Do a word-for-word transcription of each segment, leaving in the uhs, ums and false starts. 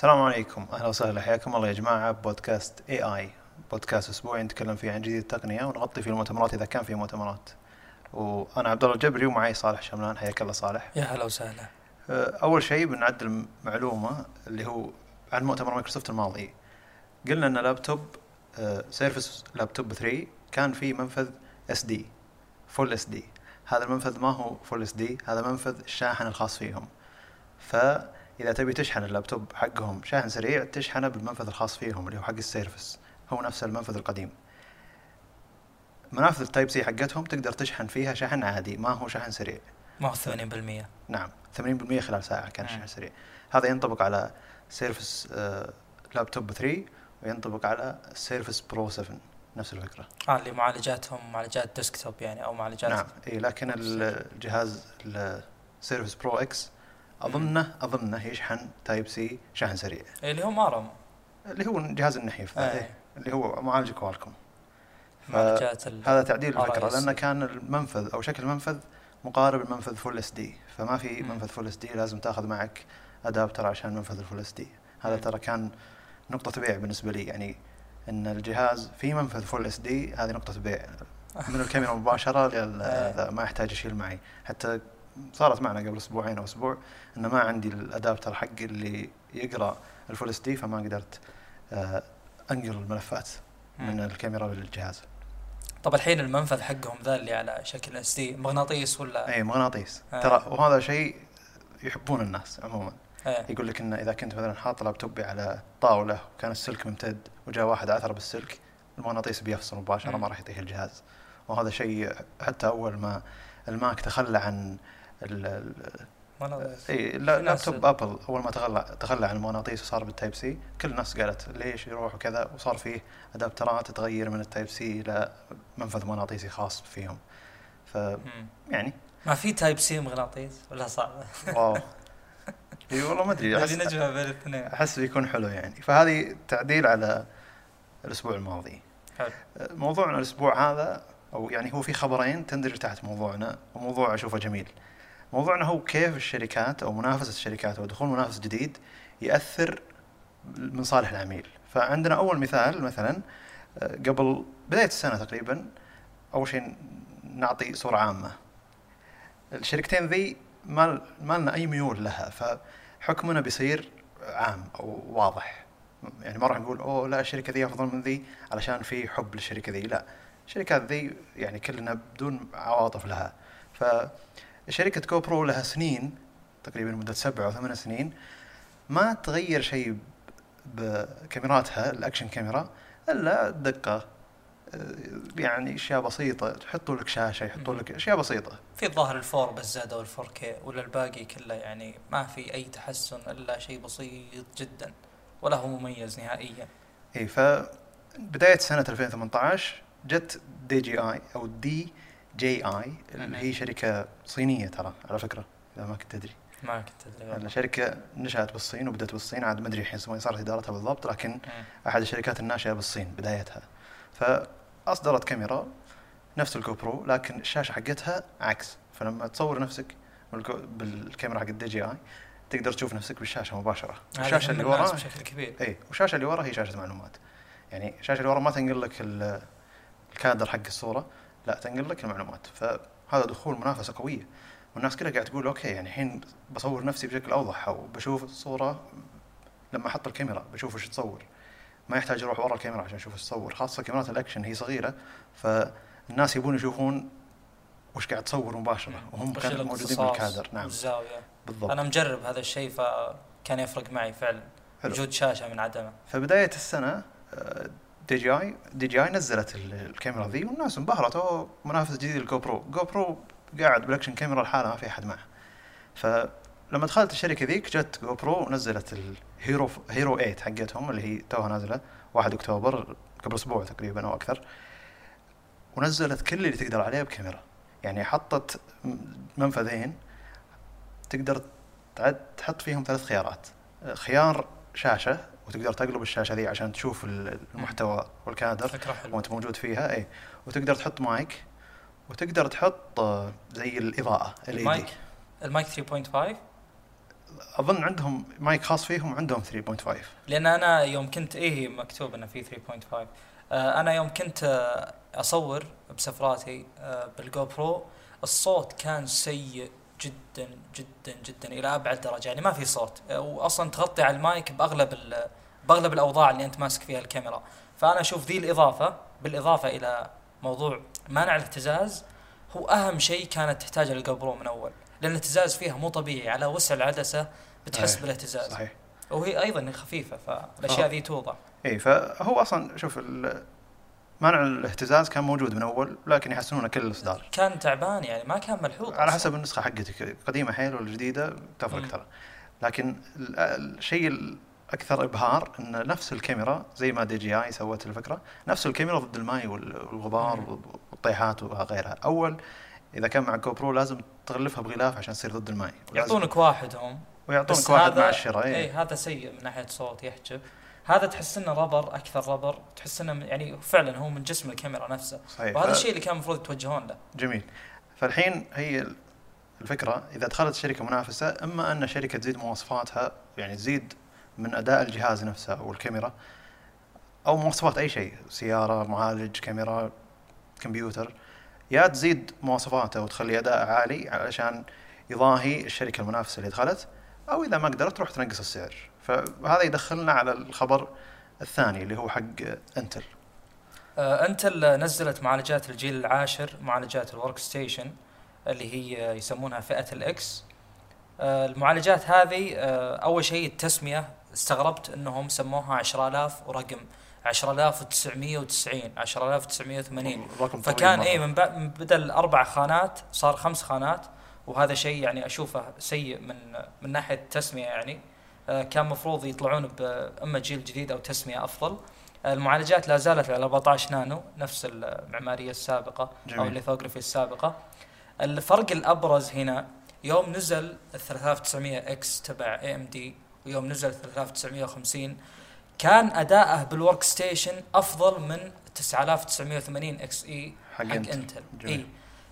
السلام عليكم، أهلا وسهلا، حياكم الله يا جماعة بودكاست إيه آي. بودكاست أسبوعي نتكلم فيه عن جديد التقنية ونغطي فيه المؤتمرات إذا كان في مؤتمرات. وأنا عبد الله الجبري ومعي صالح شملان. حياك الله صالح. يا هلا وسهلا. أول شيء بنعدل معلومة اللي هو عن مؤتمر مايكروسوفت الماضي. قلنا أن لابتوب سيرفس لابتوب ثري كان فيه منفذ إس دي فول إس دي. هذا المنفذ ما هو فول إس دي، هذا منفذ الشاحن الخاص فيهم. فإذا تبي تشحن اللابتوب حقهم شاحن سريع تشحنه بالمنفذ الخاص فيهم اللي هو حق السيرفس، هو نفس المنفذ القديم. منافذ التايب سي حقتهم تقدر تشحن فيها شحن عادي، ما هو شحن سريع. ما هو ثمانين بالمئة. نعم ثمانين بالمئة خلال ساعة كان شحن سريع. هذا ينطبق على سيرفس آه لابتوب ثري وينطبق على سيرفس برو سفن، نفس الفكرة. آه اللي معالجاتهم معالجات ديسكتوب يعني أو معالجات. نعم إيه، لكن الجهاز السيرفس برو إكس أظنه أظنه يشحن تايب سي شحن سريع. إيه اللي هو مارم، اللي هو جهاز النحيف آه. إيه. اللي هو معالج كوالكوم. هذا تعديل الفكرة لأن كان المنفذ أو شكل المنفذ مقارب لمنفذ فول اس دي، فما في منفذ فول اس دي لازم تاخذ معك أدابتر عشان منفذ الفول اس دي. هذا ترى كان نقطة بيع بالنسبة لي، يعني إن الجهاز في منفذ فول اس دي هذه نقطة بيع من الكاميرا مباشرة ما يحتاج يشيل معي. حتى صارت معنا قبل أسبوعين أو أسبوع إن ما عندي الأدابتر حق اللي يقرأ الفول اس دي، فما قدرت أنقل الملفات من الكاميرا للجهاز. طب الحين المنفذ حقهم ذا اللي على شكل اس دي مغناطيس ولا؟ اي مغناطيس. آه. ترى وهذا شيء يحبون الناس عموما. آه. يقول لك ان اذا كنت مثلا حاط لابتوبي على طاوله وكان السلك ممتد وجاء واحد عثر بالسلك، المغناطيس بيفصل مباشره ما راح يطيح الجهاز. وهذا شيء حتى اول ما الماك تخلى عن ال اي لابتوب ابل اول ما تخلى تخلى عن المغناطيس وصار بالتايب سي، كل الناس قالت ليش يروح وكذا، وصار فيه ادابترات تتغير من التايب سي الى منفذ مغناطيسي خاص فيهم. ف يعني ما في تايب سي مغناطيس ولا صعب؟ واو اي والله ما ادري، احس نجمع بين الاثنين، احس بيكون حلو يعني. فهذه تعديل على الاسبوع الماضي. حلو. موضوعنا الاسبوع هذا او يعني هو في خبرين تندرج تحت موضوعنا، وموضوع اشوفه جميل. موضوعنا هو كيف الشركات أو منافسة الشركات أو دخول منافس جديد يأثر من صالح العميل. فعندنا أول مثال مثلا قبل بداية السنة تقريبا، أول شيء نعطي صورة عامة. الشركتين ذي ما ما لنا أي ميول لها، فحكمنا بيصير عام أو واضح. يعني ما راح نقول أوه لا الشركة ذي أفضل من ذي علشان في حب للشركة ذي، لا الشركات ذي يعني كلنا بدون عواطف لها. ف شركة كوبرو لها سنين تقريبا مدة سبع أو ثمان سنين ما تغير شيء بكاميراتها الأكشن كاميرا إلا دقة، يعني أشياء بسيطة، تحطوا لك شاشة يحطوا لك أشياء بسيطة. في الظاهر الفور بس زادوا الفور كي ولا الباقي كله يعني ما في أي تحسن إلا شيء بسيط جدا ولا هو مميز نهائيا. إيه، فبداية سنة ألفين وثمانية عشر جت دي جي آي أو دي جي آي اللي هي شركة صينية ترى على فكرة إذا ما كنت تدري. ما كنت أدري. الشركة نشأت بالصين وبدأت بالصين، عاد ما أدري الحين صارت إدارتها بالضبط، لكن أحد الشركات الناشئة بالصين بدايتها. فأصدرت كاميرا نفس الكوبرو لكن الشاشة حقتها عكس، فلما تصور نفسك بالكاميرا حق الدي جي آي تقدر تشوف نفسك بالشاشة مباشرة. الشاشة اللي ورا بشكل كبير. إيه، والشاشة اللي ورا هي شاشة معلومات. يعني الشاشة اللي ورا ما تنقل لك الكادر حق الصورة، لا تنقل لك المعلومات. فهذا دخول منافسة قوية، والناس كلها قاعد تقول أوكي يعني الحين بصور نفسي بشكل أوضح أو بشوف الصورة لما أحط الكاميرا بشوف وش تصور، ما يحتاج أروح ورا الكاميرا عشان أشوف الصور. خاصة كاميرات الأكشن هي صغيرة، فالناس يبون يشوفون وش قاعد تصور مباشرة وهم كانوا موجودين بالكادر. نعم الزاوية بالضبط. أنا مجرب هذا الشيء فكان يفرق معي فعلا وجود شاشة من عدمه. فبداية السنة دي جي آي دي جي آي نزلت الكاميرا ذي والناس انبهرت، أوه منافس جديد للجوبرو. جوبرو قاعد بالاكشن كاميرا الحالة ما في أحد معه. فلما دخلت الشركة ذيك جت جوبرو ونزلت الهيرو هيرو ثمانية حقتهم اللي هي توها نازلة واحد أكتوبر قبل أسبوع تقريبا أو أكثر، ونزلت كل اللي تقدر عليه بكاميرا. يعني حطت منفذين تقدر تحط فيهم ثلاث خيارات، خيار شاشة وتقدر تقلب الشاشة ذي عشان تشوف المحتوى والكادر وانت موجود فيها، اي وتقدر تحط مايك وتقدر تحط زي الإضاءة المايك المايك ثري بوينت فايف اظن عندهم مايك خاص فيهم وعندهم ثلاثة فاصلة خمسة. لان انا يوم كنت ايه مكتوب انه في ثلاثة فاصلة خمسة. آه انا يوم كنت آه اصور بسفراتي آه بالجو برو، الصوت كان سيء جدا جدا جدا الى ابعد درجه، يعني ما في صوت، آه واصلا تغطي على المايك باغلب باغلب الاوضاع اللي انت ماسك فيها الكاميرا. فانا اشوف ذي الاضافه بالاضافه الى موضوع مانع الاهتزاز هو اهم شيء كانت تحتاجه الجو برو من اول، لان الاهتزاز فيها مو طبيعي، على وسع العدسه بتحس بالاهتزاز. صحيح. وهي ايضا خفيفه، فالاشياء ذي توضح. اي فهو اصلا شوف مانع الاهتزاز كان موجود من اول، لكن يحسنونه كل الاصدار. كان تعبان يعني ما كان ملحوظ على أصلاً. حسب النسخه حقتك قديمه حيل ولا جديده تفرق ترى. لكن الشيء الاكثر ابهار ان نفس الكاميرا زي ما دي جي اي سوت الفكره، نفس الكاميرا ضد الماء والغبار مم. والطيحات وغيرها. اول اذا كان مع جو برو لازم تغلفها بغلاف عشان تصير ضد الماء، يعطونك واحد هم ويعطونك واحد مع الشراء. اي إيه هذا سيء من ناحيه صوت يحجب. هذا تحس انه ربر اكثر ربر، تحس انه يعني فعلا هو من جسم الكاميرا نفسه. صحيح. وهذا الشيء اللي كان المفروض يتوجهون له. جميل. فالحين هي الفكره اذا دخلت شركه منافسه، اما ان شركه تزيد مواصفاتها يعني تزيد من اداء الجهاز نفسه والكاميرا، او مواصفات اي شيء، سياره، معالج، كاميرا، كمبيوتر، يا تزيد مواصفاته وتخلي اداء عالي علشان يضاهي الشركه المنافسه اللي دخلت، او اذا ما قدرت تروح تنقص السعر. فهذا يدخلنا على الخبر الثاني اللي هو حق انتل. آه انتل نزلت معالجات الجيل العاشر، معالجات الورك ستيشن اللي هي يسمونها فئه الاكس. آه المعالجات هذه آه اول شيء التسميه استغربت انهم سموها عشرة آلاف ورقم عشرة آلاف وتسعمية وتسعين، عشرة آلاف وتسعمية وثمانين، فكان ايه من بدل اربع خانات صار خمس خانات، وهذا شيء يعني اشوفه سيء من من ناحيه التسميه. يعني آه كان مفروض يطلعون باما جيل جديد او تسميه افضل. آه المعالجات لا زالت على أربعة عشر نانو نفس المعماريه السابقه. جميل. او الليثوغرافي السابقه. الفرق الابرز هنا يوم نزل ال ثلاثة آلاف وتسعمية اكس تبع اي ام دي ويوم نزل ثلاثة آلاف وتسعمية وخمسين كان اداءه بالورك ستيشن افضل من تسعة آلاف وتسعمية وثمانين اكس اي حق, حق انتل. اي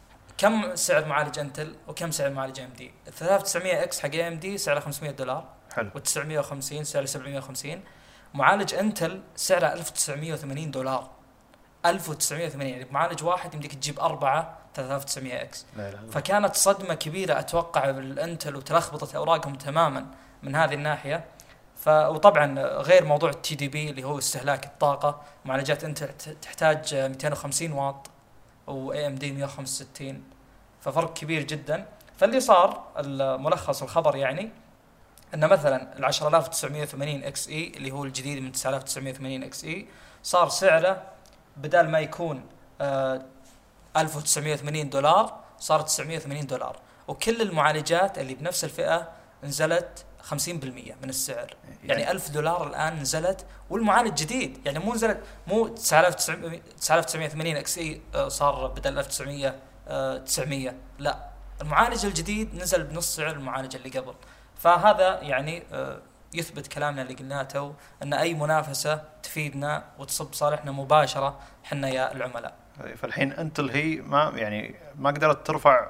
كم سعر معالج انتل وكم سعر معالج ام دي؟ ثلاثة آلاف وتسعمية اكس حق ام دي سعره خمسمية دولار. حلو. و950 سعره سبعمية وخمسين. معالج انتل سعره ألف وتسعمية وثمانين دولار. ألف وتسعمية وثمانين يعني معالج واحد يمديك تجيب أربعة ثلاثة آلاف وتسعمية اكس. لا لا. فكانت صدمه كبيره اتوقع بالانتل وتلخبطت اوراقهم تماما من هذه الناحيه. ف وطبعا غير موضوع التي دي بي اللي هو استهلاك الطاقه، معالجات انت تحتاج مئتين وخمسين واط واي ام دي مئة وخمسة وستين، ففرق كبير جدا. فاللي صار الملخص الخبر يعني ان مثلا ال عشرة آلاف وتسعمية وثمانين اكس اي اللي هو الجديد من تسعة آلاف وتسعمية وثمانين اكس اي صار سعره بدل ما يكون آه ألف وتسعمية وثمانين دولار صار تسعمية وثمانين دولار، وكل المعالجات اللي بنفس الفئه نزلت خمسين بالمية من السعر. يعني ألف دولار الآن نزلت، والمعالج جديد يعني مو نزلت مو تسعة آلاف وتسعمية وثمانين اكس اي صار بدل ألف وتسعمية تسعمية، لا المعالج الجديد نزل بنص سعر المعالج اللي قبل. فهذا يعني يثبت كلامنا اللي قلناه تو ان اي منافسه تفيدنا وتصب صالحنا مباشره حنا يا العملاء. فالحين انتل هي ما يعني ما قدرت ترفع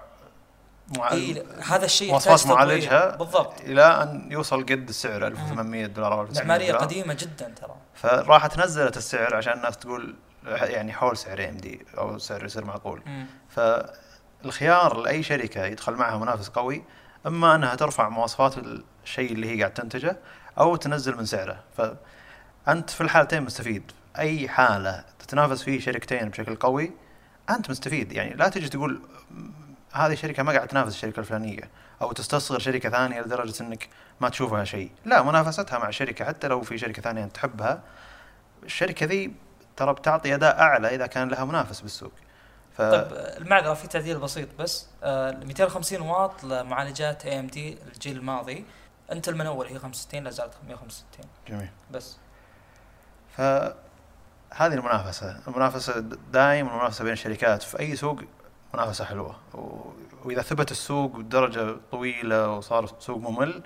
مع إيه هذا الشيء مواصفات معالجها بالضبط الى ان يوصل قد السعر ألف وثمانمية دولار او معماريه قديمه جدا ترى. فراحت نزلت السعر عشان الناس تقول يعني حول سعر ام دي او سعر يصير معقول. مم. فالخيار لاي شركه يدخل معها منافس قوي اما انها ترفع مواصفات الشيء اللي هي قاعد تنتجه او تنزل من سعره. فانت في الحالتين مستفيد. اي حاله تتنافس فيه شركتين بشكل قوي انت مستفيد. يعني لا تجي تقول هذه الشركة ما قاعد تنافس الشركة الفلانية أو تستصغر شركة ثانية لدرجة أنك ما تشوفها شيء. لا، منافستها مع شركة حتى لو في شركة ثانية أنت تحبها، الشركة ذي ترى بتعطي أداء أعلى إذا كان لها منافس بالسوق. ف... طب المعذرة في تعديل بسيط بس آه مئتين وخمسين واط لمعالجات اي ام دي الجيل الماضي، أنت المنور هي خمسة وستين لا زالت مئة وخمسة وستين. جميل. بس فهذه المنافسة المنافسة دائما المنافسة بين الشركات في أي سوق منافسة حلوة، وإذا ثبت السوق بدرجة طويلة وصار سوق ممل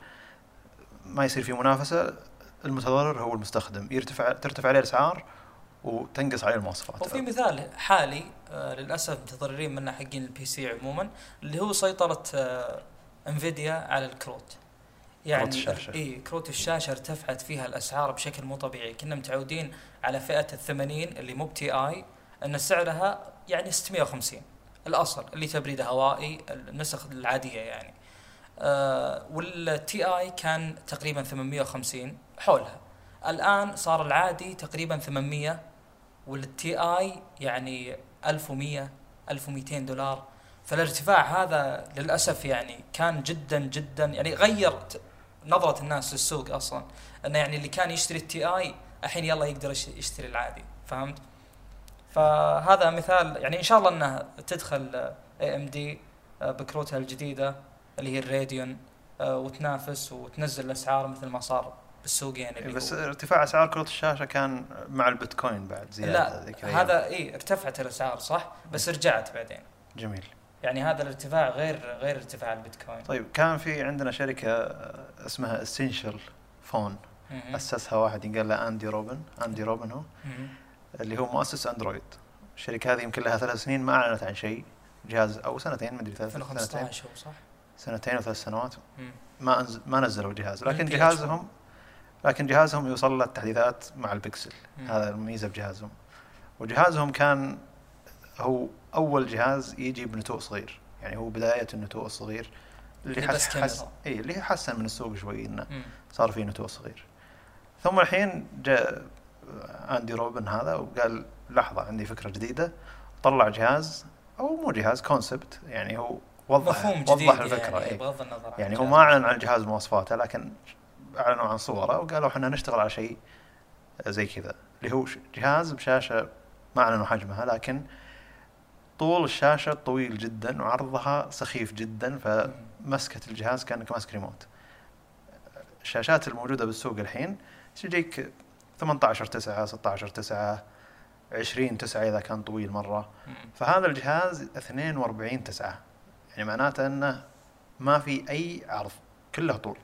ما يصير فيه منافسة، المتضرر هو المستخدم، يرتفع ترتفع عليه الأسعار وتنقص عليه المواصفات. وفي مثال حالي آه للأسف متضررين منه حقين البي سي عموما اللي هو سيطرة آه انفيديا على الكروت. يعني كروت الشاشة. اي كروت الشاشة ارتفعت فيها الأسعار بشكل مو طبيعي. كنا متعودين على فئة الثمانين اللي مو بتي آي أن سعرها يعني ستمائة وخمسين الأصل اللي تبريد هوائي النسخ العادية يعني. آه والتي آي كان تقريبا ثمانمائة وخمسين حولها. الآن صار العادي تقريبا ثمانمائة، والتي آي يعني ألف ومئة ألف ومئتين دولار. فالارتفاع هذا للأسف يعني كان جدا جدا يعني غير نظرة الناس للسوق أصلا. أنه يعني اللي كان يشتري التي آي الحين يلا يقدر يشتري العادي، فهمت؟ فهذا مثال يعني إن شاء الله أنها تدخل إيه إم دي بكروتها الجديدة اللي هي الراديون وتنافس وتنزل الأسعار مثل ما صار بالسوق يعني. بس ارتفاع أسعار كروت الشاشة كان مع البيتكوين بعد زيادة. لا هذا إيه ارتفعت الأسعار صح، بس رجعت بعدين. جميل. يعني هذا الارتفاع غير غير ارتفاع البيتكوين. طيب كان في عندنا شركة اسمها اسينشال فون، أسسها واحد ينقال له أندي روبن. أندي روبن هو اللي هو مؤسس أندرويد. الشركة هذه يمكن لها ثلاث سنين ما أعلنت عن شيء، جهاز أو سنتين ما أدري، ثلاث ألفين وخمسة عشر صح؟ سنتين وثلاث سنوات ما أنزل ما نزلوا الجهاز، لكن جهازهم لكن جهازهم يوصل له التحديثات مع البكسل. مم. هذا الميزة بجهازهم. وجهازهم كان هو أول جهاز يجي بنتوء صغير، يعني هو بداية النتوء الصغير اللي حس حس إيه اللي حسن من السوق شوي إنه مم. صار فيه نتوء صغير. ثم الحين جاء أندي روبن هذا وقال لحظة عندي فكرة جديدة، طلع جهاز أو مو جهاز كونسبت، يعني هو وضح وضح الفكرة. يعني, إيه بغض النظر يعني هو ما أعلن عن الجهاز مواصفاته، لكن أعلنوا عن صوره وقالوا إحنا نشتغل على شيء زي كذا اللي هو جهاز بشاشة ما أعلنوا حجمها، لكن طول الشاشة طويل جدا وعرضها سخيف جدا، فمسكة الجهاز كأنك ماسك ريموت. الشاشات الموجودة بالسوق الحين تجيك ثمانية عشر تسعة ستة عشر تسعة عشرين تسعة إذا كان طويل مرة. فهذا الجهاز اثنين وأربعين تسعة، يعني معناته أنه ما في أي عرض، كله طول.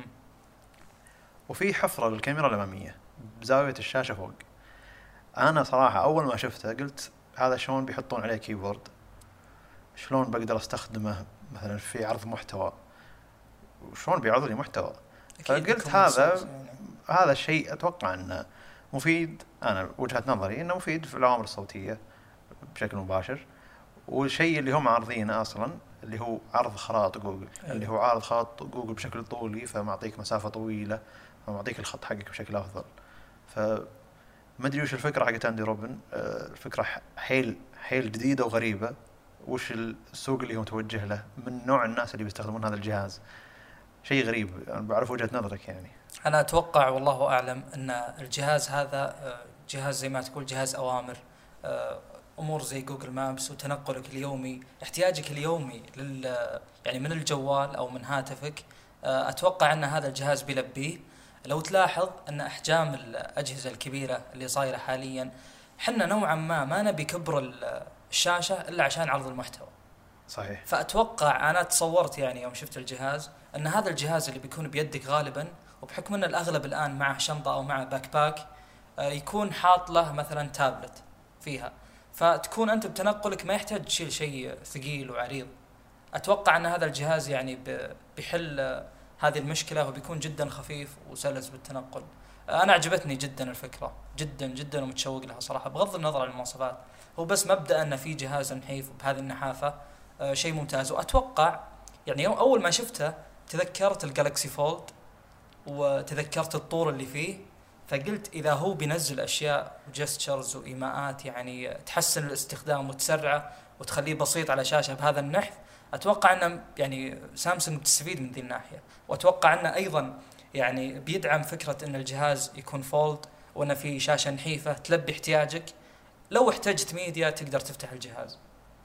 وفي حفرة للكاميرا الأمامية بزاوية الشاشة فوق. أنا صراحة أول ما شفته قلت هذا شلون بيحطون عليه كيبورد، شلون بقدر استخدمه مثلا في عرض محتوى، وشلون بيعرض لي محتوى. فقلت هذا يعني. هذا الشيء أتوقع أنه مفيد، أنا وجهة نظري أنه مفيد في الأوامر الصوتية بشكل مباشر. والشيء اللي هم عارضينه أصلا اللي هو عرض خرائط جوجل، أيوة. اللي هو عارض خط جوجل بشكل طولي، فمعطيك مسافة طويلة، فمعطيك الخط حقك بشكل أفضل. فما أدري وش الفكرة حقت أندي روبن. الفكرة حيل حيل جديدة وغريبة. وش السوق اللي هو متوجه له من نوع الناس اللي بيستخدمون هذا الجهاز، شيء غريب. أنا بعرف وجهة نظرك يعني. أنا أتوقع والله أعلم أن الجهاز هذا جهاز زي ما تقول جهاز أوامر، أمور زي جوجل مابس وتنقلك اليومي، احتياجك اليومي لل يعني من الجوال أو من هاتفك. أتوقع أن هذا الجهاز بيلبيه. لو تلاحظ أن أحجام الأجهزة الكبيرة اللي صايرة حاليا، حنا نوعا ما ما نبي كبر الشاشة إلا عشان عرض المحتوى. صحيح. فأتوقع أنا تصورت يعني يوم شفت الجهاز أن هذا الجهاز اللي بيكون بيدك غالبا، وبحكم أن الأغلب الآن مع شنطة أو مع باك باك يكون حاط له مثلا تابلت فيها، فتكون أنت بتنقلك ما يحتاج تشيل شيء ثقيل وعريض. أتوقع أن هذا الجهاز يعني بيحل هذه المشكلة وبيكون جدا خفيف وسلس بالتنقل. أنا عجبتني جدا الفكرة جدا جدا ومتشوق لها صراحة بغض النظر عن المواصفات. هو بس مبدأ أن في جهاز نحيف بهذه النحافة شيء ممتاز. وأتوقع يعني يوم أول ما شفته تذكرت الجالكسي فولد وتذكرت الطور اللي فيه، فقلت إذا هو بينزل أشياء جستشرز وإيماءات يعني تحسن الاستخدام وتسرعه وتخليه بسيط على شاشة بهذا النحف، أتوقع أن يعني سامسونج بتستفيد من ذي الناحية. وأتوقع أنه أيضا يعني بيدعم فكرة أن الجهاز يكون فولد وأن في شاشة نحيفة تلبي احتياجك. لو احتجت ميديا تقدر تفتح الجهاز.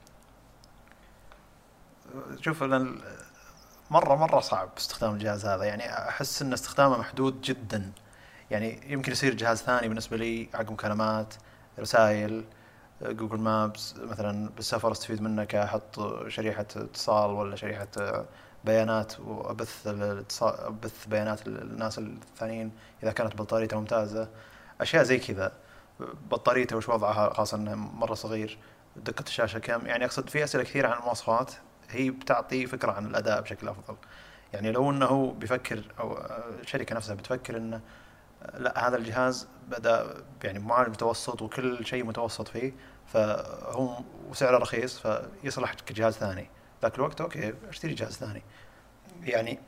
شوف أنا مرة مرة صعب استخدام الجهاز هذا، يعني أحس أن استخدامه محدود جدا. يعني يمكن يصير جهاز ثاني بالنسبة لي حق مكالمات، رسائل، جوجل مابس مثلا بالسفر استفيد منه كأحط شريحة اتصال ولا شريحة بيانات وأبث أبث بيانات الناس الثانيين إذا كانت بطاريته ممتازة، أشياء زي كذا. بطاريته وش وضعها خاصة أنه مرة صغير، دقة الشاشة كم، يعني أقصد في أسئلة كثيرة عن المواصفات هي بتعطي فكرة عن الأداء بشكل أفضل. يعني لو انه بيفكر او الشركه نفسها بتفكر انه لا هذا الجهاز بدا يعني معالج متوسط وكل شيء متوسط فيه فهو وسعره رخيص فيصلح كجهاز ثاني، ذاك الوقت اوكي اشتري جهاز ثاني. يعني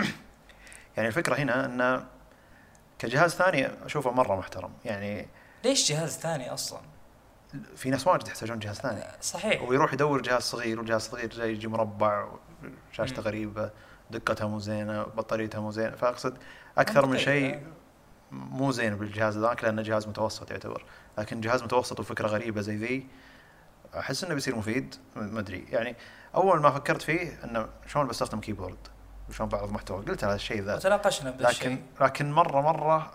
يعني الفكره هنا ان كجهاز ثاني اشوفه مره محترم. يعني ليش جهاز ثاني اصلا؟ في ناس واجد يحتاجون جهاز ثاني صحيح، ويروح يدور جهاز صغير، وجهاز صغير زي يجي مربع شاشته غريبه دقتها مو زينه بطاريتها مو زينه، فاقصد اكثر من شيء مو زين بالجهاز ذاك لانه جهاز متوسط يعتبر. لكن جهاز متوسط وفكره غريبه زي ذي احس انه بيصير مفيد. ما ادري يعني اول ما فكرت فيه انه شلون بستخدم كيبورد وشلون بعرض محتوى قلت هذا الشيء ذا وتناقشنا بالشيء، لكن لكن مره مره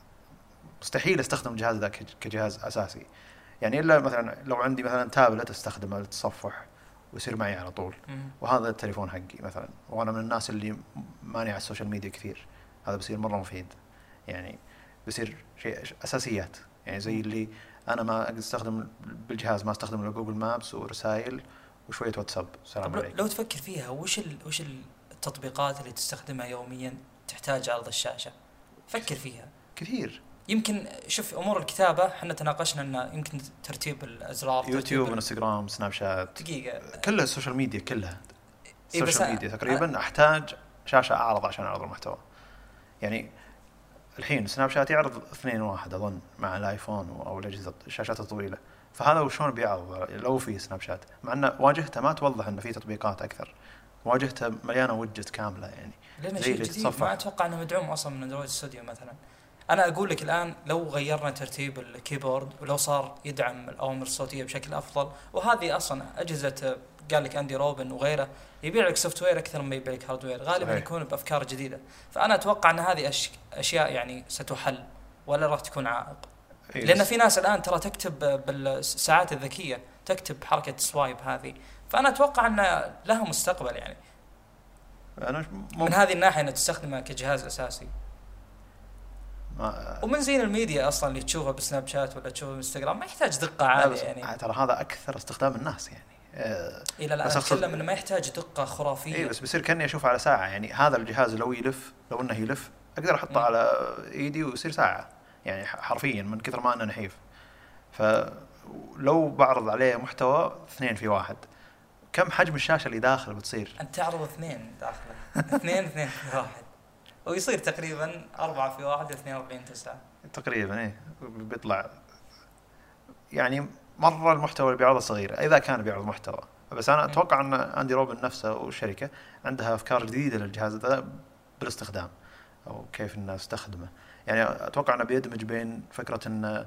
مستحيل استخدم الجهاز ذا كجهاز اساسي. يعني الا مثلا لو عندي مثلا تابلت استخدمه للتصفح ويصير معي على طول، وهذا التليفون حقي مثلا وانا من الناس اللي ماني على السوشيال ميديا كثير، هذا بيصير مره مفيد. يعني بيصير شيء اساسيات، يعني زي اللي انا ما اقدر استخدم بالجهاز ما استخدم الا جوجل مابس ورسائل وشويه واتساب. سلام عليكم. لو تفكر فيها وش ال... وش التطبيقات اللي تستخدمها يوميا تحتاج عرض الشاشه؟ فكر فيها كثير. يمكن شوف امور الكتابه احنا تناقشنا انه يمكن ترتيب الازرار، يوتيوب وانستغرام سناب شات دقيقه كلها السوشيال ميديا كلها إيه السوشيال ميديا تقريبا احتاج شاشه اعرض عشان اعرض المحتوى. يعني الحين سناب شات يعرض اثنين واحد اظن مع الايفون او الاجهزه الشاشات الطويله، فهذا وشون بيعرض لو في سناب شات، مع ان واجهته ما توضح انه في تطبيقات اكثر، واجهته مليانه وجت كامله. يعني لأنه شيء جديد ما اتوقع انه مدعوم اصلا من اندرويد ستوديو مثلا. انا اقول لك الان لو غيرنا ترتيب الكيبورد ولو صار يدعم الاوامر الصوتيه بشكل افضل، وهذه اصلا اجهزه قال لك اندي روبن وغيره يبيع لك سوفت وير اكثر ما يبيع لك هاردوير، غالبا يكون بافكار جديده. فانا اتوقع ان هذه أش... اشياء يعني ستحل ولا راح تكون عائق. لان في ناس الان ترى تكتب بالساعات الذكيه تكتب حركه سوايب هذه، فانا اتوقع ان لها مستقبل. يعني أنا من هذه الناحيه انها تستخدمها كجهاز اساسي. ومن زين الميديا اصلا اللي تشوفها بسناب شات ولا تشوفها بالانستغرام ما يحتاج دقه عاليه. يعني ترى هذا اكثر استخدام الناس يعني. آه إيه لا لا بس اتكلم انه ما يحتاج دقه خرافيه. اي بس بيصير كاني اشوف على ساعه. يعني هذا الجهاز لو يلف لو انه يلف اقدر احطه م. على ايدي ويصير ساعه، يعني حرفيا من كثر ما انه نحيف. فلو بعرض عليه محتوى اثنين في واحد، كم حجم الشاشه اللي داخل بتصير؟ انت تعرض اثنين داخله اثنين اثنين في واحد ويصير تقريبا أربعة في واحد اثنين وأربعين تسعة تقريبا. ايه بيطلع يعني مرة المحتوى اللي بيعرضه صغير إذا كان بيعرض محتوى. بس أنا أتوقع أن أندي روبن نفسه والشركة عندها أفكار جديدة للجهاز هذا بالاستخدام أو كيف الناس تستخدمه. يعني أتوقع أنه بيدمج بين فكرة أن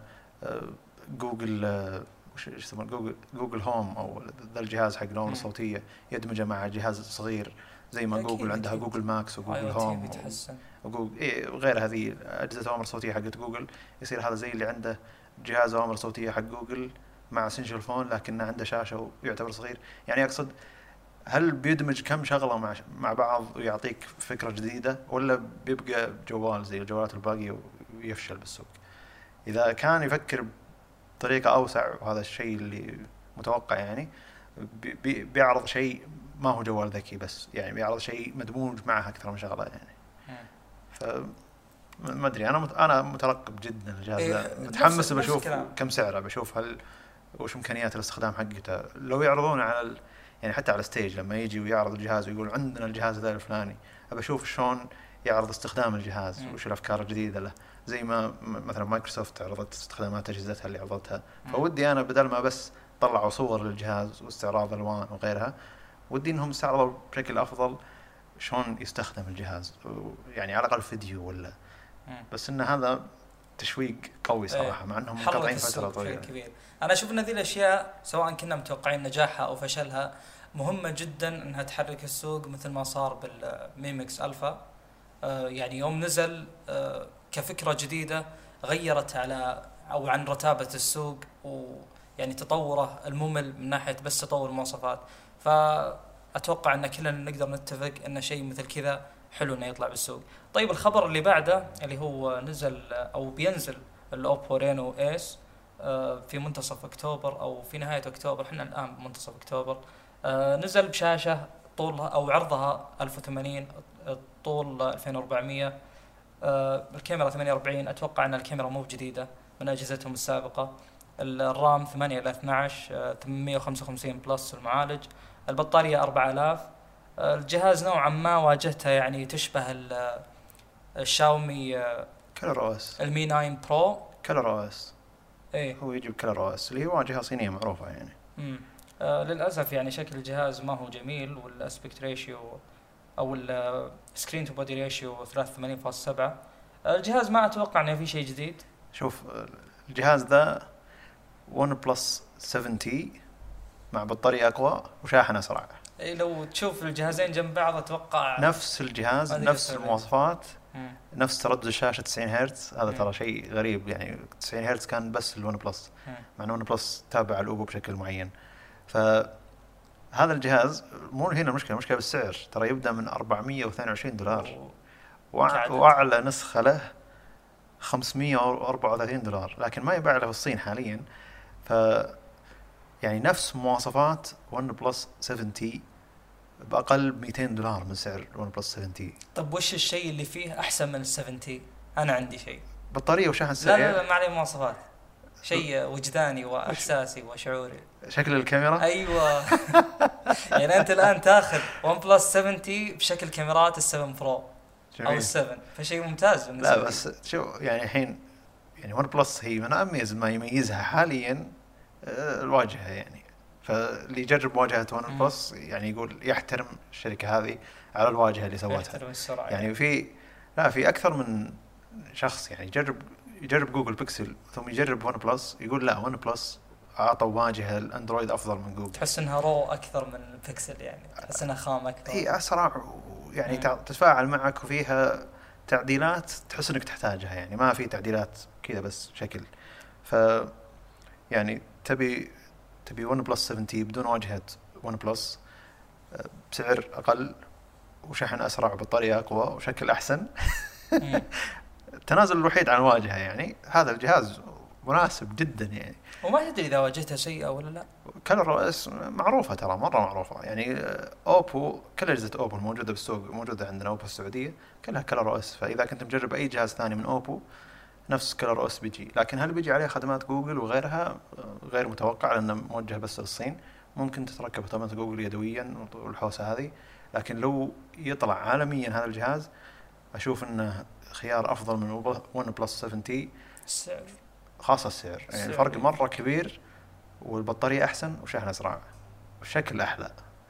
جوجل وش يسمونه جوجل جوجل هوم أو ذا الجهاز حق الأوامر الصوتية يدمجه مع جهاز صغير زي ما جوجل عندها أكيد. جوجل ماكس وجوجل هوم وجوجل إيه وغير هذه أجهزة أوامر صوتية حقت جوجل، يصير هذا زي اللي عنده جهاز أوامر صوتية حق جوجل مع سنجل فون لكنه عنده شاشة ويعتبر صغير. يعني أقصد هل بيدمج كم شغلة مع مع بعض ويعطيك فكرة جديدة، ولا بيبقى جوال زي الجوالات الباقية ويفشل بالسوق؟ إذا كان يفكر بطريقة أوسع وهذا الشيء اللي متوقع، يعني بي بيعرض شيء ما هو جوال ذكي بس، يعني بيعرض شيء مدموج معه أكثر من شغلة. يعني ف ما أدري أنا مت أنا مترقب جدا الجهاز إيه ده، متحمس بشوف كم سعره، بشوف هل وش إمكانيات الاستخدام حقته. لو يعرضون على ال... يعني حتى على الستيج لما يجي ويعرض الجهاز ويقول عندنا الجهاز ذا الفلاني، أبى أشوف شلون يعرض استخدام الجهاز م. وش الأفكار الجديدة له، زي ما مثلا مايكروسوفت عرضت استخدامات أجهزتها اللي عرضتها. فودي أنا بدل ما بس طلعوا صور للجهاز واستعراض ألوان وغيرها، ودي إنهم استعرضوا بشكل أفضل شلون يستخدم الجهاز، يعني على الأقل فيديو ولا م. بس إن هذا تشويق قوي صراحة، مع أنهم منقطعين فترة طويلة. أنا أشوف أن هذه الأشياء سواء كنا متوقعين نجاحها أو فشلها مهمة جدا أنها تحرك السوق، مثل ما صار بالميمكس ألفا. آه يعني يوم نزل آه كفكرة جديدة غيرت على أو عن رتابة السوق، ويعني تطوره الممل من ناحية بس تطور المواصفات. فأتوقع أن كلنا نقدر نتفق أن شيء مثل كذا حلو أنه يطلع بالسوق. طيب الخبر اللي بعده اللي هو نزل أو بينزل الأوبو رينو إيس في منتصف أكتوبر أو في نهاية أكتوبر، إحنا الآن بمنتصف أكتوبر. نزل بشاشة طولها أو عرضها ألف وثمانين الطول ألفين وأربعمية، آه الكاميرا ثمانية وأربعين. اتوقع ان الكاميرا مو بجديده من اجهزتهم السابقه. الرام ثمانية إلى اثني عشر، آه ثمانمائة وخمسة وخمسين بلس المعالج. البطاريه أربعة آلاف. آه الجهاز نوعا ما واجهته يعني تشبه الشاومي آه كلر او اس، المي تسعة برو. كلر او اس ايه هو يجيب كلر او اس اللي هو واجهه صينيه معروفه يعني. امم آه للاسف يعني شكل الجهاز ما هو جميل، والاسبكت ريشيو او السكرين تو بودي ريشيو ثلاثة وثمانين فاصلة سبعة. الجهاز ما اتوقع انه في شيء جديد. شوف الجهاز ذا ون بلس سبعين مع بطارية أقوى وشاحن أسرع. اي لو تشوف الجهازين جنب بعض اتوقع نفس الجهاز نفس المواصفات، مم. نفس تردد الشاشة تسعين هرتز. هذا ترى شيء غريب يعني، تسعين هرتز كان بس الون بلس، مع ون بلس تابع الأوبو بشكل معين. فهذا الجهاز مو هنا المشكلة، المشكلة بالسعر. ترى يبدأ من أربعمائة واثنين وعشرين دولار وأع... وأعلى نسخة له خمسمائة وأربعة وثلاثين دولار، لكن ما يباع له في الصين حاليا. ف يعني نفس مواصفات ون بلس سبعين بأقل مئتين دولار من سعر ون بلس سبعين. طب وش الشيء اللي فيه أحسن من السبعين؟ أنا عندي شيء، بطارية وشحن سريع. لا لا لا ما عليه مواصفات، شيء وجداني وإحساسي وشعوري. شكل الكاميرا. أيوة. يعني أنت الآن تأخذ ون بلس سبعين بشكل كاميرات السبعين برو جميل. أو السبعين، فشيء ممتاز. لا بس شو يعني الحين يعني ون بلس هي من أميز ما يميزها حاليا الواجهة يعني. فاللي يجرب واجهة ون بلس يعني يقول يحترم الشركة هذه على الواجهة اللي سوتها. يعني في لا في أكثر من شخص يعني يجرب يجرب جوجل بيكسل ثم يجرب ون بلس يقول لا ون بلس أعطوا واجهة الأندرويد أفضل من جوجل. تحس إنها رو أكثر من بيكسل يعني، تحس إنها خام أكثر. هي أسرع يعني تتفاعل معك وفيها تعديلات تحس إنك تحتاجها يعني، ما في تعديلات كذا بس شكل. ف يعني تبي تبي ون بلس سبعين بدون واجهة ون بلس بسعر أقل وشحن أسرع وبطارية أقوى وشكل أحسن. التنازل الوحيد عن الواجهة يعني. هذا الجهاز مناسب جدا يعني. وما تدري إذا واجهتها سيئة ولا لا. كلر او اس معروفة ترى، مرة معروفة يعني. أوبو كل أجهزة أوبو الموجودة بالسوق موجودة عندنا أوبو السعودية كلها كلر او اس. فإذا كنت مجرب أي جهاز ثاني من أوبو نفس كلر او اس بيجي، لكن هل بيجي عليه خدمات جوجل وغيرها غير متوقع لأنه موجه بس للصين. ممكن تتركب خدمات جوجل يدويا والحوسة هذه، لكن لو يطلع عالميا هذا الجهاز أشوف إنه خيار أفضل من ون بلس سبعين. السعر خاصة السعر يعني الفرق مرة كبير، والبطارية أحسن وشحن أسرع والشكل أحلى.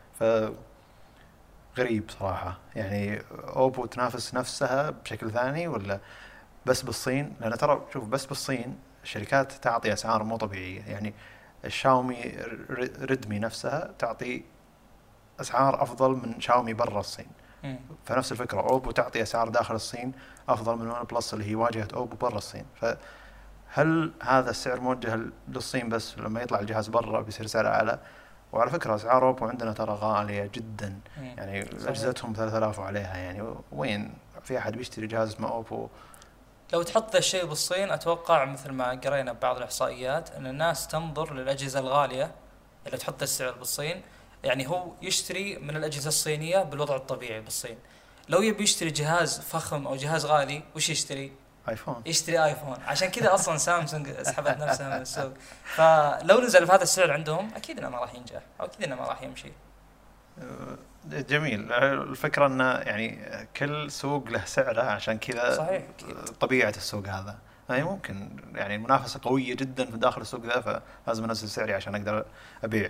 فغريب صراحة يعني. أوبو تنافس نفسها بشكل ثاني ولا بس بالصين؟ لأن ترى شوف بس بالصين الشركات تعطي أسعار مو طبيعية يعني. الشاومي ريدمي نفسها تعطي أسعار أفضل من شاومي برا الصين. م. فنفس الفكرة أوبو تعطي أسعار داخل الصين أفضل من ون بلس اللي هي واجهة أوبو برا الصين. فهل هذا السعر موجه للصين بس لما يطلع الجهاز برا بيصير سعر أعلى؟ وعلى فكرة أسعار أوبو عندنا ترى غالية جدا. م. يعني أجهزتهم ثلاثة آلاف عليها يعني. وين في أحد بيشتري جهاز مع أوبو؟ لو تحط ذا الشيء بالصين أتوقع مثل ما قرينا ببعض الإحصائيات أن الناس تنظر للأجهزة الغالية اللي تحط السعر بالصين. يعني هو يشتري من الأجهزة الصينية بالوضع الطبيعي بالصين. لو يبي يشتري جهاز فخم أو جهاز غالي وش يشتري؟ آيفون. يشتري آيفون. عشان كذا أصلا سامسونج اسحبت نفسها من السوق. فلو نزل في هذا السعر عندهم أكيد إنه ما راح ينجح أو أكيد إنه ما راح يمشي. جميل. الفكرة أن يعني كل سوق له سعره، عشان كذا طبيعة السوق هذا. يعني ممكن يعني المنافسة قوية جدا في داخل السوق ذا، فلازم أنزل سعري عشان أقدر أبيع.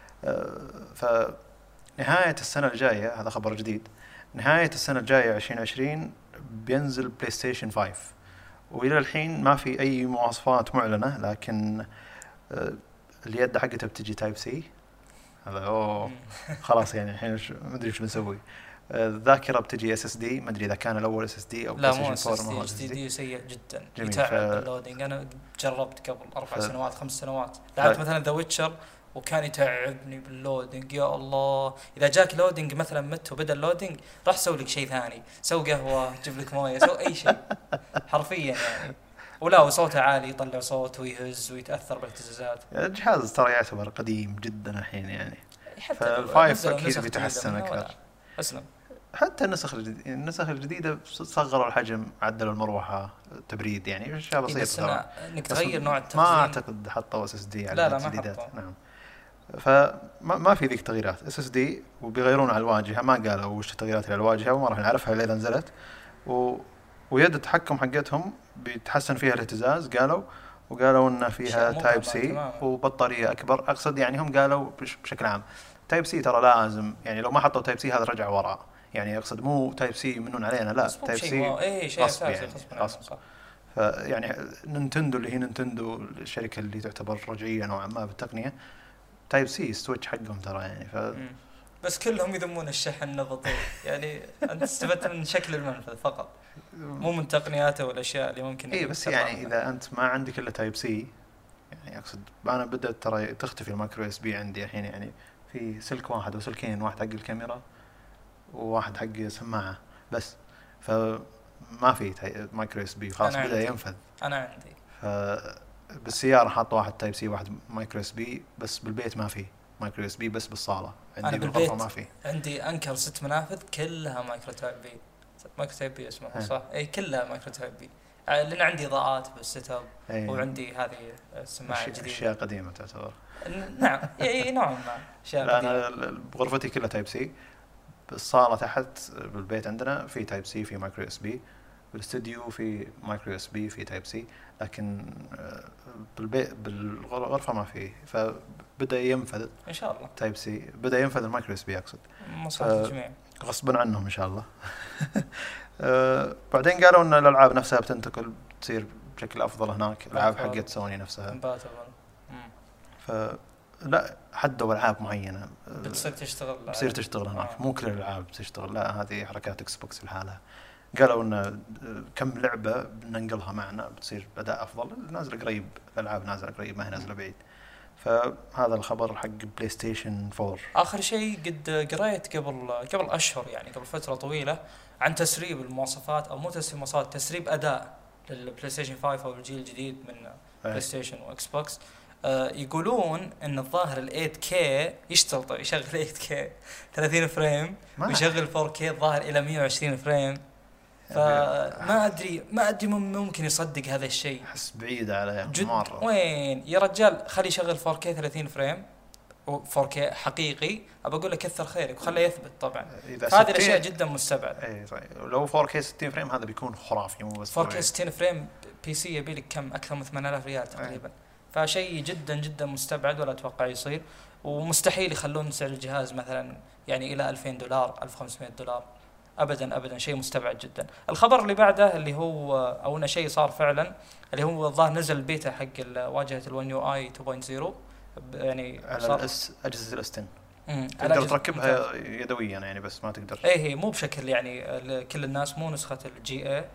فنهاية السنة الجاية هذا خبر جديد، نهاية السنة الجاية عشرين عشرين بينزل بلاي ستيشن خمسة. وإلى الحين ما في أي مواصفات معلنة، لكن اليد حقتها بتجي تايب سي. هذا أوه خلاص يعني الحين ما أدري شو نسوي. الذاكرة بتجي اس اس دي، ما أدري إذا كان الأول اس اس دي أو لا مو اس اس دي. اس دي سيء جدا يتعب ف... اللودينج. أنا جربت قبل أربع ف... سنوات خمس سنوات لعبت ف... مثلا ذا ويتشر وكان يتعبني باللودينج. يا الله إذا جاك لودينج مثلا مت وبدأ اللودينج راح سوي لك شيء ثاني، سو قهوة جيب لك موية سو أي شيء حرفيا يعني. ولا وصوته عالي يطلع صوت ويهز ويتأثر بالاهتزازات. الجهاز ترى يعتبر قديم جدا الحين يعني. فالفايف أكيد بيتحسن أكثر. أسلم حتى النسخ الجديدة النسخ الجديدة صغروا الحجم، عدلوا المروحة، تبريد، يعني اشياء إيه بس بسيطة. انك تغير نوع التخزين ما اعتقد حطوا اس اس دي على لا لا ما الجديدات. حطوا. نعم. فما ما في ذيك تغييرات اس اس دي، وبيغيرون على الواجهة. ما قالوا وش التغييرات على الواجهة، وما راح نعرفها الا اذا نزلت. و ويد التحكم حقتهم بيتحسن فيها الاهتزاز قالوا، وقالوا ان فيها تايب سي وبطارية اكبر. اقصد يعني هم قالوا بشكل عام تايب سي ترى لازم، يعني لو ما حطوا تايب سي هذا رجع وراء، يعني اقصد مو تايب سي منون علينا، لا تايب سي ايه شيء غصب اساسي يعني غصب. غصب. فيعني نينتندو اللي هي نينتندو الشركة اللي تعتبر رجعية نوعا ما بالتقنية، تايب سي سويتش حقهم ترى يعني. ف مم. بس كلهم يذمون الشحن بطيء، يعني انت استفدت من شكل المنفذ فقط، مو من تقنياته والاشياء اللي ممكن. اي بس يعني اذا انت ما عندك الا تايب سي، يعني اقصد انا بدات ترى تختفي المايكرو اس بي عندي الحين، يعني في سلك واحد وسلكين، واحد حق الكاميرا وواحد حق سماعه بس، فما في مايكرو اس بي خلاص بدا ينفذ. انا عندي ف بالسياره حاط واحد تايب سي واحد مايكرو اس بي، بس بالبيت ما في مايكرو اس بي، بس بالصاله عندي بالغرفه ما في. عندي انكر ست منافذ كلها مايكرو تايب بي، مايكرو تايب بي اسمه صح؟ اي كلها مايكرو تايب بي، لان عندي اضاءات بالسيت اب، وعندي هذه السماعه الجديده. اشياء قديمه تعتبر. نعم اي نوعا ما اشياء قديمه. انا بغرفتي كلها تايب سي، بالصاله تحت بالبيت عندنا في تايب سي، في مايكرو اس بي، بالاستوديو في مايكرو اس بي، في تايب سي، لكن بالبيت بالغرفه ما في. فبدا ينفذ ان شاء الله تايب سي، بدا ينفذ المايكرو اس بي اقصد مصلحه الجميع غصبا عنهم ان شاء الله. أه بعدين قالوا ان الالعاب نفسها بتنتقل تصير بشكل افضل هناك، الالعاب حقت سوني نفسها. ف لا حدوا العاب معينه بتصير تشتغل بتصير تشتغل هناك. آه. مو كل الالعاب بتشتغل، لا هذه حركات اكس بوكس لحالها. قالوا ان كم لعبه بننقلها معنا بتصير اداء افضل، نازل قريب، الالعاب نازله قريب ما هي نازله بعيد. فهذا الخبر حق بلاي ستيشن فور. اخر شيء قد قريت قبل قبل اشهر، يعني قبل فتره طويله، عن تسريب المواصفات، او مو تسريب مواصفات، تسريب اداء للبلاي ستيشن خمسة او الجيل الجديد من بلاي ستيشن واكس بوكس. آه يقولون ان الظاهر ال ثمانية كي يشتغل يشغل ثمانية كي ثلاثين فريم ويشغل فور كي الظاهر الى مية وعشرين فريم. فما ادري ما ادري ممكن يصدق هذا الشيء. احس بعيد على مره. وين يا رجال خلي يشغل فور كي ثلاثين فريم و4 كي حقيقي، ابى اقول لك كثر خيرك وخليه يثبت. طبعا هذه الاشياء جدا مستبعده. اي صحيح. لو فور كي ستين فريم هذا بيكون خرافي، مو بس فور كي ستين فريم بي سي يبي لك كم اكثر من ثمانية آلاف ريال تقريبا. أي. فشيء جدا جدا مستبعد ولا اتوقع يصير، ومستحيل يخلون سعر الجهاز مثلا يعني الى ألفين دولار ألف وخمسمائة دولار، ابدا ابدا، شيء مستبعد جدا. الخبر اللي بعده اللي هو او انه شيء صار فعلا، اللي هو الظاهر نزل البيتا حق واجهه الون يو اي تو بوينت زيرو، يعني على الأس اجهزه الاستن تقدر تركبها يدويا يعني، بس ما تقدر. ايه هي مو بشكل يعني كل الناس، مو نسخه الجي اي.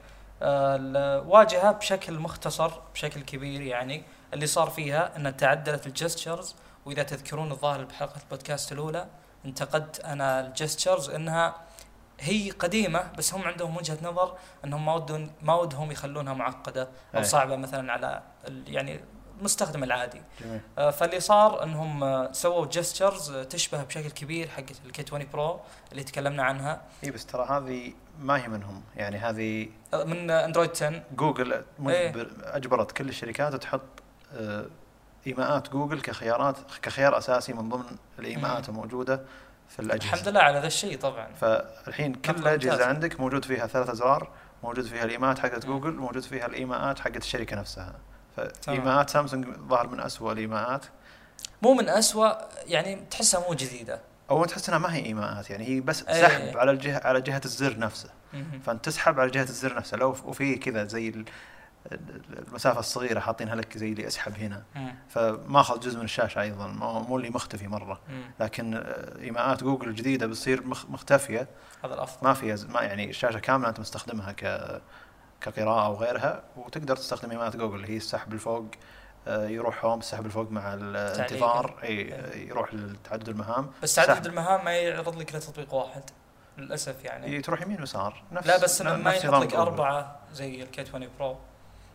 الواجهه بشكل مختصر بشكل كبير، يعني اللي صار فيها ان تعدلت الجستشرز. واذا تذكرون الظاهر بحلقه البودكاست الاولى انتقدت انا الجستشرز انها هي قديمه، بس هم عندهم وجهه نظر انهم ما ودهم ما ودهم يخلونها معقده او صعبه مثلا على يعني المستخدم العادي. آه فاللي صار انهم آه سووا جستشرز آه تشبه بشكل كبير حق الكي عشرين برو اللي تكلمنا عنها. اي بس ترى هذه ما هي منهم، يعني هذه آه من اندرويد عشرة. جوجل ايه؟ اجبرت كل الشركات تحط آه ايماءات جوجل كخيارات كخيار اساسي من ضمن الايماءات الموجوده في الاجهزه. الحمد لله على هذا الشيء طبعا. فالحين كل اجهزه عندك موجود فيها ثلاث ازرار، موجود فيها الايماءات حقت جوجل، موجود فيها الايماءات حقت الشركه نفسها. فايماءات سامسونج ظاهر من أسوأ الايماءات، مو من أسوأ يعني تحسها مو جديدة، او تحس انها ما هي ايماءات، يعني هي بس سحب أيه. على الجهه على جهه الزر نفسه. فانت تسحب على جهه الزر نفسه، لو وفي كذا زي المسافه الصغيره حاطينها لك زي اللي اسحب هنا، فماخذ جزء من الشاشه ايضا، مو اللي مختفي مره. مم. لكن ايماءات جوجل الجديده بتصير مختفيه، هذا الافضل. ما في ما يعني الشاشه كامله انت مستخدمها ك كقراءه او غيرها، وتقدر تستخدم ايماءات جوجل اللي هي السحب الفوق يروح هوم، السحب الفوق مع الانتظار، اي يروح لتعدد المهام. بس تعدد المهام ما يعرض لك لتطبيق واحد للاسف، يعني تروح يمين ويسار نفس لا بس ما يحط لك اربعه زي الكي عشرين برو.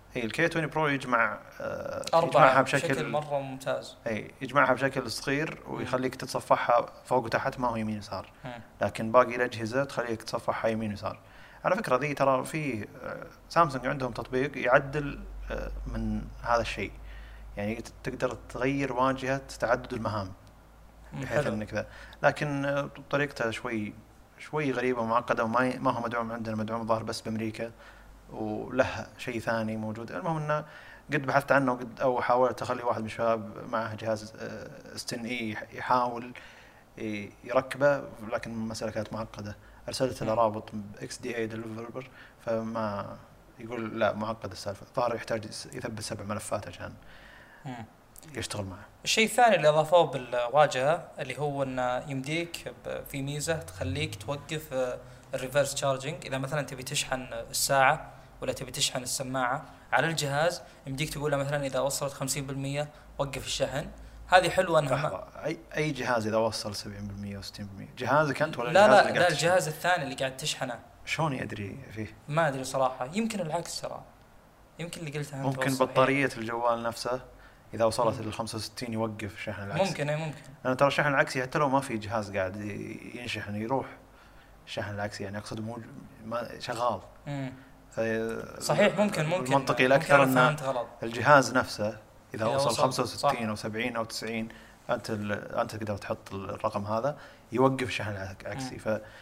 اي الكي عشرين برو يجمع آه أربعة بشكل, بشكل مرة ممتاز. اي يجمعها بشكل صغير ويخليك تتصفحها فوق وتحت ما هو يمين يسار. لكن باقي الأجهزة تخليك تتصفحها يمين يسار. على فكرة ذي ترى في سامسونج عندهم تطبيق يعدل من هذا الشيء، يعني تقدر تغير واجهة تعدد المهام بحيث انك ذا، لكن طريقته شوي شوي غريبة ومعقدة وما ما هو مدعوم عندنا، مدعوم ظاهر بس بأمريكا وله شيء ثاني موجود. المهم انه قد بحثت عنه وقد او حاولت اخلي واحد من الشباب معه جهاز ستين اي يحاول يركبه، لكن المسألة كانت معقدة. ارسلت له رابط اكس دي اي ديفلوبر فما يقول لا معقد السالفة، ظاهر يحتاج يثبت سبع ملفات عشان يشتغل معه. الشيء الثاني اللي اضافوه بالواجهة اللي هو انه يمديك في ميزة تخليك توقف الريفرس تشارجنج. اذا مثلا تبي تشحن الساعة ولا تبي تشحن السماعة على الجهاز، يمديك تقول له مثلا اذا وصلت خمسين بالمية وقف الشحن. هذه حلوة انها اي اي جهاز اذا وصل سبعين بالمية و ستين بالمية جهازك انت ولا لا الجهاز لا لا الجهاز الثاني اللي قاعد تشحنه؟ شلون يدري فيه؟ ما ادري صراحة، يمكن العكس ترى، يمكن اللي قلتها انت ممكن بطارية الجوال نفسه اذا وصلت ل خمسة وستين يوقف الشحن العكسي. ممكن اي ممكن. لان ترى الشحن العكسي حتى لو ما في جهاز قاعد ينشحن يروح الشحن العكسي، يعني اقصد مو ما شغال. امم صحيح ممكن ممكن المنطقي الاكثر ان الجهاز نفسه اذا وصل خمسة وستين او سبعين او تسعين انت انت تقدر تحط الرقم هذا يوقف الشحن العكسي.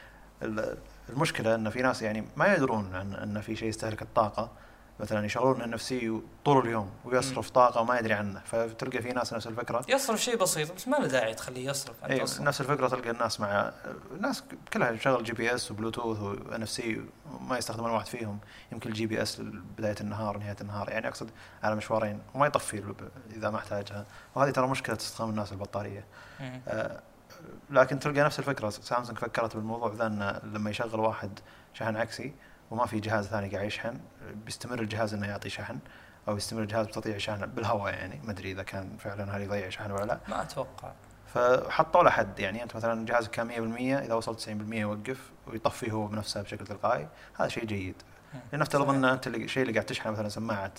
فالمشكله ان في ناس يعني ما يدرون عن ان في شيء يستهلك الطاقه، مثلا يشغلون ان نفسي طول اليوم ويصرف طاقه وما يدري عنه. فتلقى في ناس نفس الفكره يصرف شيء بسيط بس ما له داعي تخليه يصرف. أيه نفس الفكره تلقى الناس مع الناس كلها شغل جي بي اس وبلوتوث وان اف سي ما يستخدم الواحد فيهم. يمكن الجي بي اس بدايه النهار نهايه النهار، يعني اقصد على مشوارين وما يطفي اذا ما احتاجها. وهذه ترى مشكله استخدام الناس البطاريه. آه لكن تلقى نفس الفكره سامسونج فكرت بالموضوع ذا ان لما يشغل واحد شحن عكسي وما في جهاز ثاني قاعد يشحن بيستمر الجهاز انه يعطي شحن، او يستمر الجهاز بتضيع شحن بالهواء. يعني ما ادري اذا كان فعلا هل يضيع شحن ولا لا، ما اتوقع. فحطوا له حد، يعني انت مثلا جهازك كان مية بالمية اذا وصل تسعين بالمية يوقف ويطفيه هو بنفسه بشكل تلقائي. هذا شيء جيد. لنفترض ان انت الشيء اللي قاعد تشحنه مثلا سماعه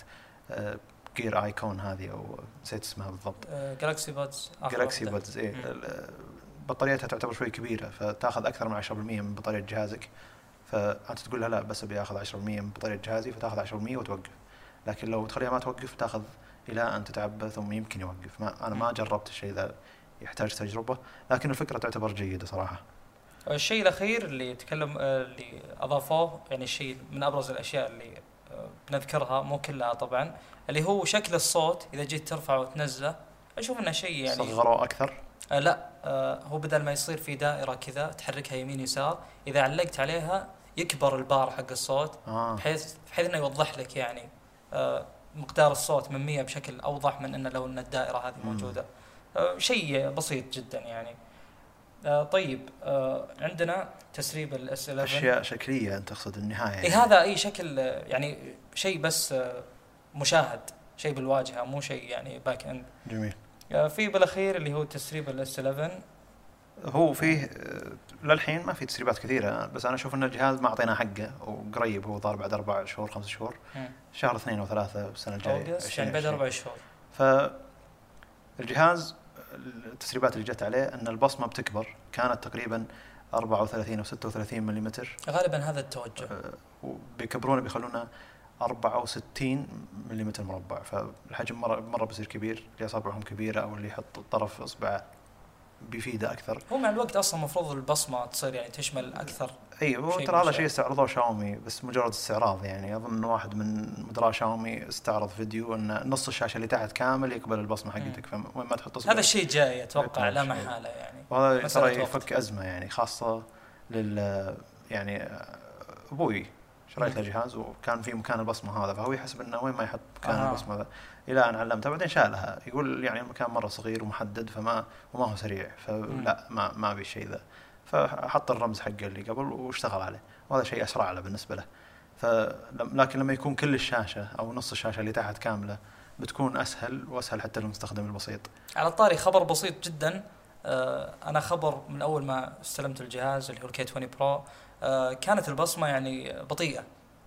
جير ايكون هذه او نسيت اسمها بالضبط، جالكسي بادز جالكسي بادز ايه بطاريتها تعتبر شوي كبيره فتاخذ اكثر من عشرة بالمية من بطاريه جهازك. فأنت تقول لها لا بس بياخذ عشرة بالمية من بطارية جهازي فتأخذ عشرة بالمية وتوقف. لكن لو تخليها ما توقف تأخذ إلى أن تتعبى ثم يمكن يوقف. ما أنا ما جربت الشيء ذا، يحتاج تجربة، لكن الفكرة تعتبر جيدة صراحة. الشيء الأخير اللي تكلم اللي أضافوه، يعني الشيء من أبرز الأشياء اللي بنذكرها مو كلها طبعا، اللي هو شكل الصوت إذا جيت ترفعه وتنزله. أشوف إنه شيء يعني صغروا أكثر. آه لا آه هو بدل ما يصير في دائرة كذا تحركها يمين يسار، إذا علقت عليها يكبر البار حق الصوت آه. بحيث بحيث انه يوضح لك يعني آه مقدار الصوت من مية بشكل اوضح من انه لو ان الدائره هذه موجوده. آه شيء بسيط جدا يعني. آه طيب آه عندنا تسريب الاس إحدى عشر اشياء شكليه انت تقصد النهايه يعني. إيه هذا اي شكل يعني شيء بس آه مشاهد، شيء بالواجهه مو شيء يعني باك اند. جميل. آه في بالاخير اللي هو تسريب الاس إحدى عشر. هو فيه للحين ما في تسريبات كثيرة، بس أنا أشوف أن الجهاز ما أعطينا حقه وقريب. هو ضار بعد أربع شهور خمس شهور مم. شهر اثنين وثلاثة السنة الجاية يعني بعد أربع شهور. فالجهاز التسريبات اللي جت عليه أن البصمة بتكبر، كانت تقريبا أربعة وثلاثين أو ستة وثلاثين مليمتر غالبا هذا التوجه، وبيكبرونه بيخلونه أربعة وستين مليمتر مربع. فالحجم مرة مرة بيصير كبير، اللي أصابعهم كبيرة أو اللي يحط طرف إصبعه بيفيده أكثر. هو مع الوقت أصلا مفروض البصمة تصير يعني تشمل أكثر. أيوة ترى هذا شيء استعرضوه شاومي بس مجرد استعراض. يعني أظن واحد من مدراء شاومي استعرض فيديو أن نص الشاشة اللي تحت كامل يقبل البصمة حقتك، فوين ما تحط هذا الشيء جاي أتوقع لا محالة يعني. وهذا ترى يفك أزمة يعني، خاصة لل يعني أبوي شريت له جهاز وكان في مكان البصمة هذا، فهو يحسب أنه وين ما يحط مكان آه. البصمة هذا إلى أن علمته بعدين شالها. يقول يعني المكان مرة صغير ومحدد فما وما هو سريع، فلا ما ما بي شيء ذا. فحط الرمز حقه اللي قبل واشتغل عليه، وهذا شيء أسرع له بالنسبة له. لكن لما يكون كل الشاشة أو نص الشاشة اللي تحت كاملة بتكون أسهل وأسهل حتى للمستخدم البسيط. على الطاري خبر بسيط جدا، أنا خبر من أول ما استلمت الجهاز اللي هو الكي عشرين برو، كانت البصمة يعني بطيئة،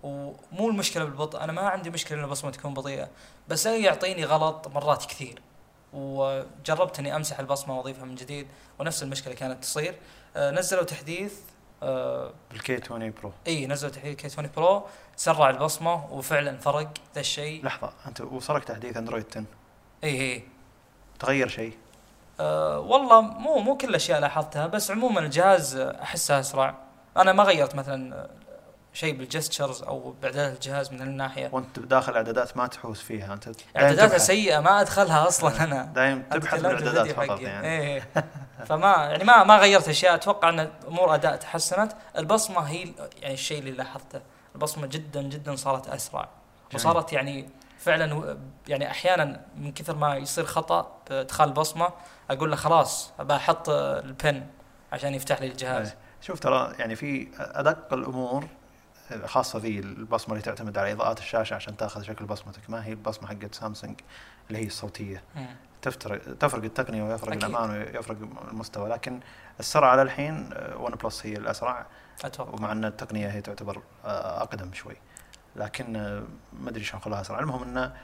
ومو المشكله بالبطء، انا ما عندي مشكله ان البصمه تكون بطيئه، بس يعطيني غلط مرات كثير. وجربت اني امسح البصمه واضيفها من جديد ونفس المشكله كانت تصير. آه نزلوا تحديث آه الكي عشرين برو. اي نزلوا تحديث كي عشرين برو سرع البصمه وفعلا فرق ذا الشيء. لحظه، انت وصلك تحديث اندرويد عشرة؟ اي اي تغير شيء؟ أه والله مو مو كل الاشياء لاحظتها، بس عموما الجهاز احسه اسرع. انا ما غيرت مثلا شيء بالجستشرز او باعدادات الجهاز من الناحيه. وانت داخل اعدادات ما تحوس فيها انت؟ اعداداتها سيئه ما ادخلها اصلا. انا دايم تبحث بالاعدادات فقط يعني. إيه. فما يعني ما ما غيرت اشياء. اتوقع ان امور اداء تحسنت. البصمه هي يعني الشيء اللي لاحظته، البصمه جدا جدا صارت اسرع. جميل. وصارت يعني فعلا يعني احيانا من كثر ما يصير خطا بادخال البصمه اقول له خلاص ابى احط البن عشان يفتح لي الجهاز. شوف ترى يعني في ادق الامور خاصه ذي البصمه اللي تعتمد على اضاءات الشاشه عشان تاخذ شكل بصمتك، ما هي البصمه حقت سامسونج اللي هي الصوتيه. تفرق تفرق التقنيه ويفرق أكيد. الامان ويفرق المستوى، لكن السرعه على الحين ون بلس هي الاسرع أتوقع. ومع ان التقنيه هي تعتبر اقدم شوي، لكن ما ادري شلون خلاها اسرع. المهم انه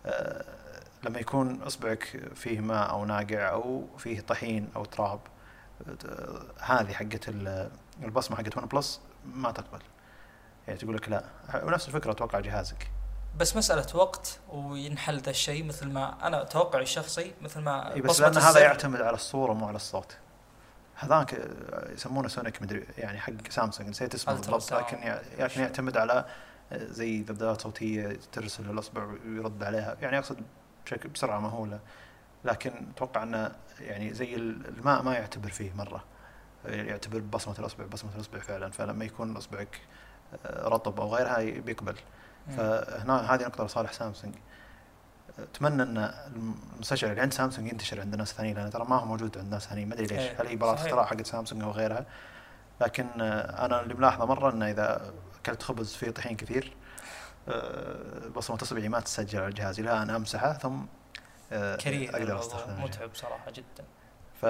لما يكون اصبعك فيه ماء او ناقع او فيه طحين او تراب، هذه حقت البصمه حقت ون بلس ما تقبل، يعني تقول لك لا. ونفس الفكره اتوقع جهازك، بس مساله وقت وينحل ذا الشيء مثل ما انا توقعي الشخصي. مثل ما بس لان هذا يعتمد على الصوره مو على الصوت. هذاك يسمونه سونيك مدري يعني حق سامسونج نسيت اسمه بالضبط، لكن لكن يعتمد على زي ذبذبات صوتيه ترسل الاصبع ويرد عليها، يعني اقصد بشكل بسرعه مهوله. لكن اتوقع انه يعني زي الماء ما يعتبر فيه مره، يعتبر بصمه الاصبع بصمه الاصبع فعلا. فلما يكون اصبعك رطب او غيرها بيقبل. فهنا هذه نقطه لصالح سامسونج. اتمنى ان المستشعر اللي عند سامسونج ينتشر عند ناس ثانيين، لان ترى ما هو موجود عند ناس ثانيين. ما ادري ليش، هل هي براءة اختراع حقت سامسونج او غيرها. لكن انا اللي ملاحظه مره انه اذا اكلت خبز فيه طحين كثير بصمه اصبعي ما تسجل على الجهاز، لا انا امسحه ثم اقدر استخدمه. متعب صراحه جدا. ف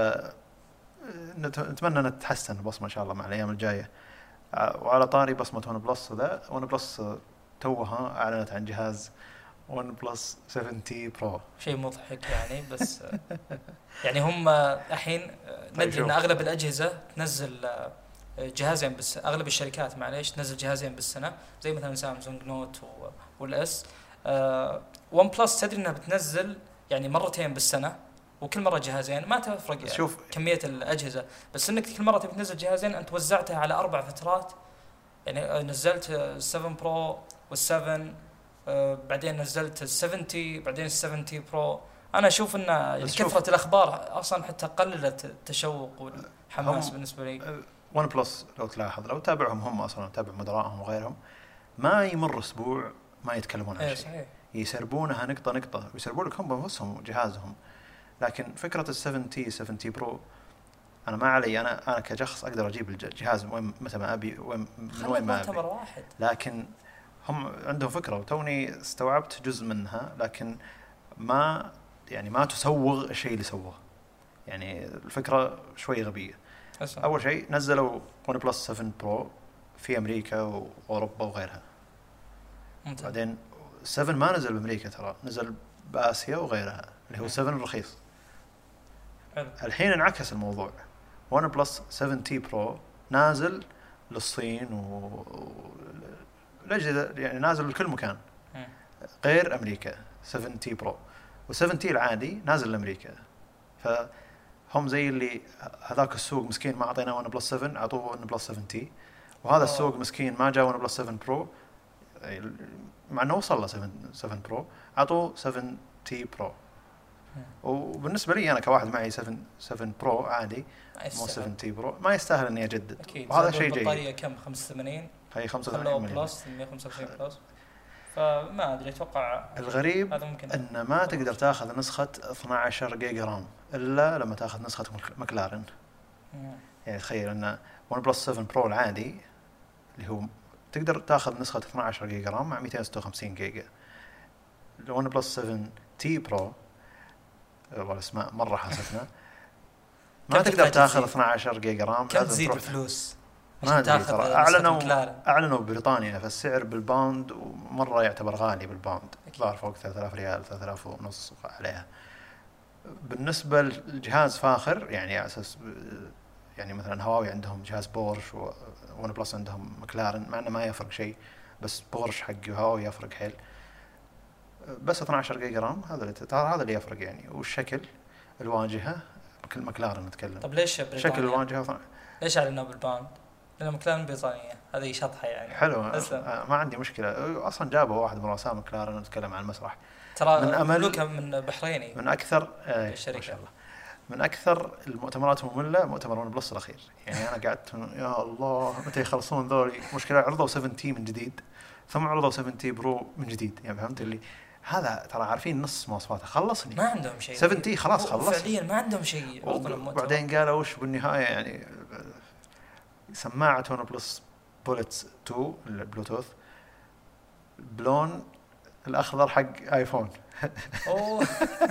نتمنى ان تتحسن البصمه ان شاء الله مع الايام الجايه. وعلى طاري بصمه ون بلس، ذا ون بلس توها اعلنت عن جهاز ون بلس سبعين برو. شيء مضحك يعني، بس يعني هم الحين ندري ان اغلب الاجهزه تنزل جهازين بس، اغلب الشركات معليش تنزل جهازين بالسنه، زي مثلا سامسونج نوت والاس. ون بلس تدري انها بتنزل يعني مرتين بالسنه، وكل مره جهازين. ما تفرق يعني شوف كميه الاجهزه، بس انك كل مره تبي تنزل جهازين انت وزعتها على اربع فترات. يعني نزلت سبعة برو والسبعة، آه بعدين نزلت السبعين، بعدين السبعين برو. انا اشوف ان يعني كثره الاخبار اصلا حتى قللت التشوق والحماس بالنسبه لي. ون بلس لو تلاحظ، لو تابعهم هم اصلا تابع مدراءهم وغيرهم، ما يمر اسبوع ما يتكلمون عن شيء، يسربونها نقطه نقطه ويسربون لك هم بنفسهم جهازهم. لكن فكره السبعين سبعين برو انا ما علي، انا انا كشخص اقدر اجيب الجهاز وين متى ما ابي وين من وين ما ابي، لكن هم عندهم فكره وتوني استوعبت جزء منها، لكن ما يعني ما تسوغ الشيء اللي سووه. يعني الفكره شوي غبيه. أسمع. اول شيء نزلوا ون بلس سبعة برو في امريكا واوروبا وغيرها. ممتاز. بعدين سبعة ما نزل بامريكا، ترى نزل باسيا وغيرها اللي هو سبعة الرخيص. حلو. الحين انعكس الموضوع، ون بلس سبعين برو نازل للصين و الأجهزة يعني نازل لكل مكان غير أمريكا. سبعين برو و7 العادي نازل لأمريكا. فهم زي اللي هذاك السوق مسكين ما أعطينا ون بلس سبعة، عطوه ون بلس سبعين، وهذا السوق مسكين ما جاء ون بلس سبعة برو مع أنه وصل له سبعة برو، عطوه سبعين برو. وبالنسبة لي أنا كواحد معي سبعة برو عادي مو سبعين برو، ما يستاهل إني أجدد. أكيد. وهذا شيء جيد. البطارية كم؟ خمسة وثمانين. هي خمسة وثمانين بلس مية وخمسة وعشرين بلس. فما أدري، أتوقع الغريب أن ما تقدر تأخذ نسخة اثنا عشر جيجا رام إلا لما تأخذ نسخة مكلارن. مم. يعني تخيل أن ون بلس سبعة برو العادي اللي هو تقدر تأخذ نسخة اثنا عشر جيجا رام مع مئتين وستة وخمسين جيجا. ون بلس سبعة تي برو والله اسماء مرة حاستنا ما تقدر تاخذ اثنا عشر جيجا رام. كم تزيد الفلوس؟ ما ادري ترى اعلنوا اعلنوا بريطانيا فالسعر بالباوند ومره يعتبر غالي بالباوند ظهر فوق ثلاثة آلاف ريال ثلاثة آلاف ونص عليها. بالنسبه للجهاز فاخر يعني على اساس يعني مثلا هواوي عندهم جهاز بورش وون بلس عندهم مكلارن مع انه ما يفرق شيء بس بورش حق هواوي يفرق حيل بس اثنا عشر جيجا رام هذا اللي ترى هذا اللي يفرق يعني. والشكل الواجهه كل مكلارن نتكلم. طب ليش شكل الواجهه ف... ليش اعلنوا بالباوند؟ لأن مكلارن بريطانية هذه شطحة يعني حلو آه ما عندي مشكلة. أصلا جابوا واحد من رؤساء مكلارن نتكلم عن المسرح ترى من أمل من بحريني من أكثر آه ما شاء الله من أكثر المؤتمرات المملة مؤتمر ون بلس الأخير يعني. أنا قعدت يا الله متى يخلصون ذولي مشكلة. عرضوا سفن تي من جديد ثم عرضوا سفن تي برو من جديد يعني فهمت اللي هذا ترى عارفين نص مواصفاته خلصني ما عندهم شيء سفن تي خلاص خلص فعليا ما عندهم شيء. وبعدين قالوا وش بالنهاية يعني سماعة ون بلس بوليتس تو البلوتوث بلون الأخضر حق آيفون. أوه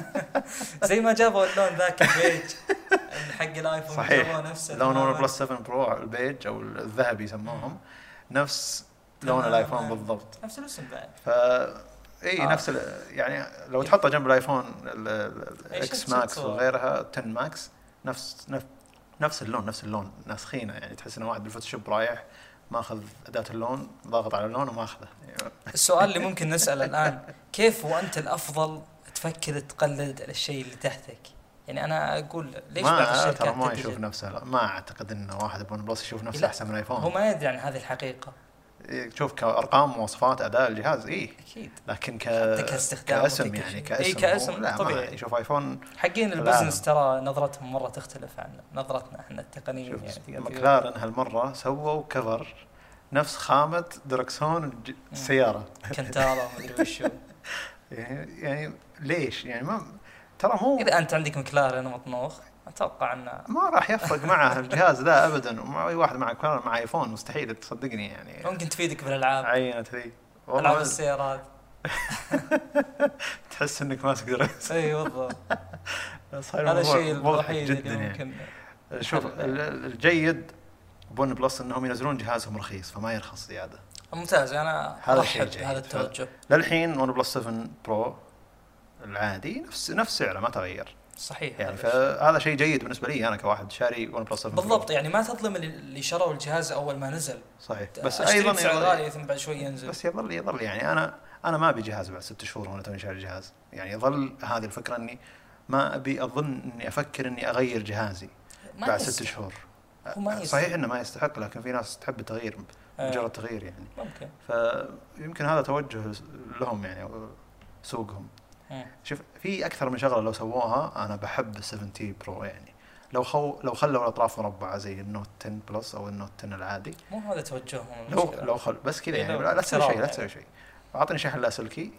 زي ما جابوا اللون ذاك البيج حق الآيفون صحيح نفسه لون ون بلس سفن برو البيج أو الذهبي يسموهم نفس لون الآيفون بالضبط نفس الاسم بعد. ف اي آه. نفس يعني لو تحطه جنب الايفون الاكس ماكس وغيرها عشرة ماكس نفس نفس نفس اللون نفس اللون ناسخينه يعني تحس انه واحد بالفوتوشوب رايح ماخذ اداه اللون ضاغط على اللون وماخذه. السؤال اللي ممكن نساله الان كيف وانت الافضل تفكر تقلد الشيء اللي تحتك؟ يعني انا اقول ليش بعض الشركات ترى ما يشوف نفسه لا. ما اعتقد انه واحد بون بلس يشوف نفسه احسن من الايفون. هو ما يدري عن هذه الحقيقه. تشوف كأرقام مواصفات أداء الجهاز إيه أكيد لكن ك... كاسم يعني كاسم إيه كاسم طبيعي. يشوف آيفون حقين البزنس ترى نظرتهم مرة تختلف عن نظرتنا إحنا التقنيين. يعني مكلارن هالمرة سووا كفر نفس خامة دركسون السيارة كنتارا ما أدري وشو يعني, يعني ليش يعني ما ترى مو إذا أنت عندك مكلارن مطنوخ أتوقع أنه ما راح يفرق معه الجهاز ذا أبداً. ومع أي واحد معك مع آيفون مستحيل تصدقني يعني. ممكن تفيدك بالألعاب عينة ذي ألعاب السيارات تحس إنك ماسك درس. أي بالضبط هذا الشيء الوحيد اللي ممكن يعني. شوف الجيد بون بلس إنهم ينزلون جهازهم رخيص فما يرخص زيادة. ممتاز. أنا هذا الشيء هذا التوجه. للحين ون بلس سفن برو العادي نفس نفس سعره ما تغير. صحيح يعني فهذا شيء جيد بالنسبه لي انا كواحد شاري ون بلس سفن بالضبط برو. يعني ما تظلم اللي شروا الجهاز اول ما نزل صحيح بس ايضا غالي ثم بعد شوي ينزل بس يظل يظل يعني انا انا ما ابي جهاز بعد ست شهور وانا توني شاري جهاز يعني. يظل هذه الفكره اني ما ابي اظن اني افكر اني اغير جهازي بعد ست شهور. صحيح انه ما يستحق لكن في ناس تحب التغيير مجرد تغيير يعني ممكن. فيمكن هذا توجه لهم يعني سوقهم. شوف في أكثر من شغلة لو سووها أنا بحب السفن تي برو يعني. لو خو لو خلوا الأطراف مربعة زي النوت عشرة بلس أو النوت عشرة العادي مو هذا توجههم. لو لو خل بس كذا يعني لا تسوي شيء لا تسوي شيء. أعطني شحن لاسلكي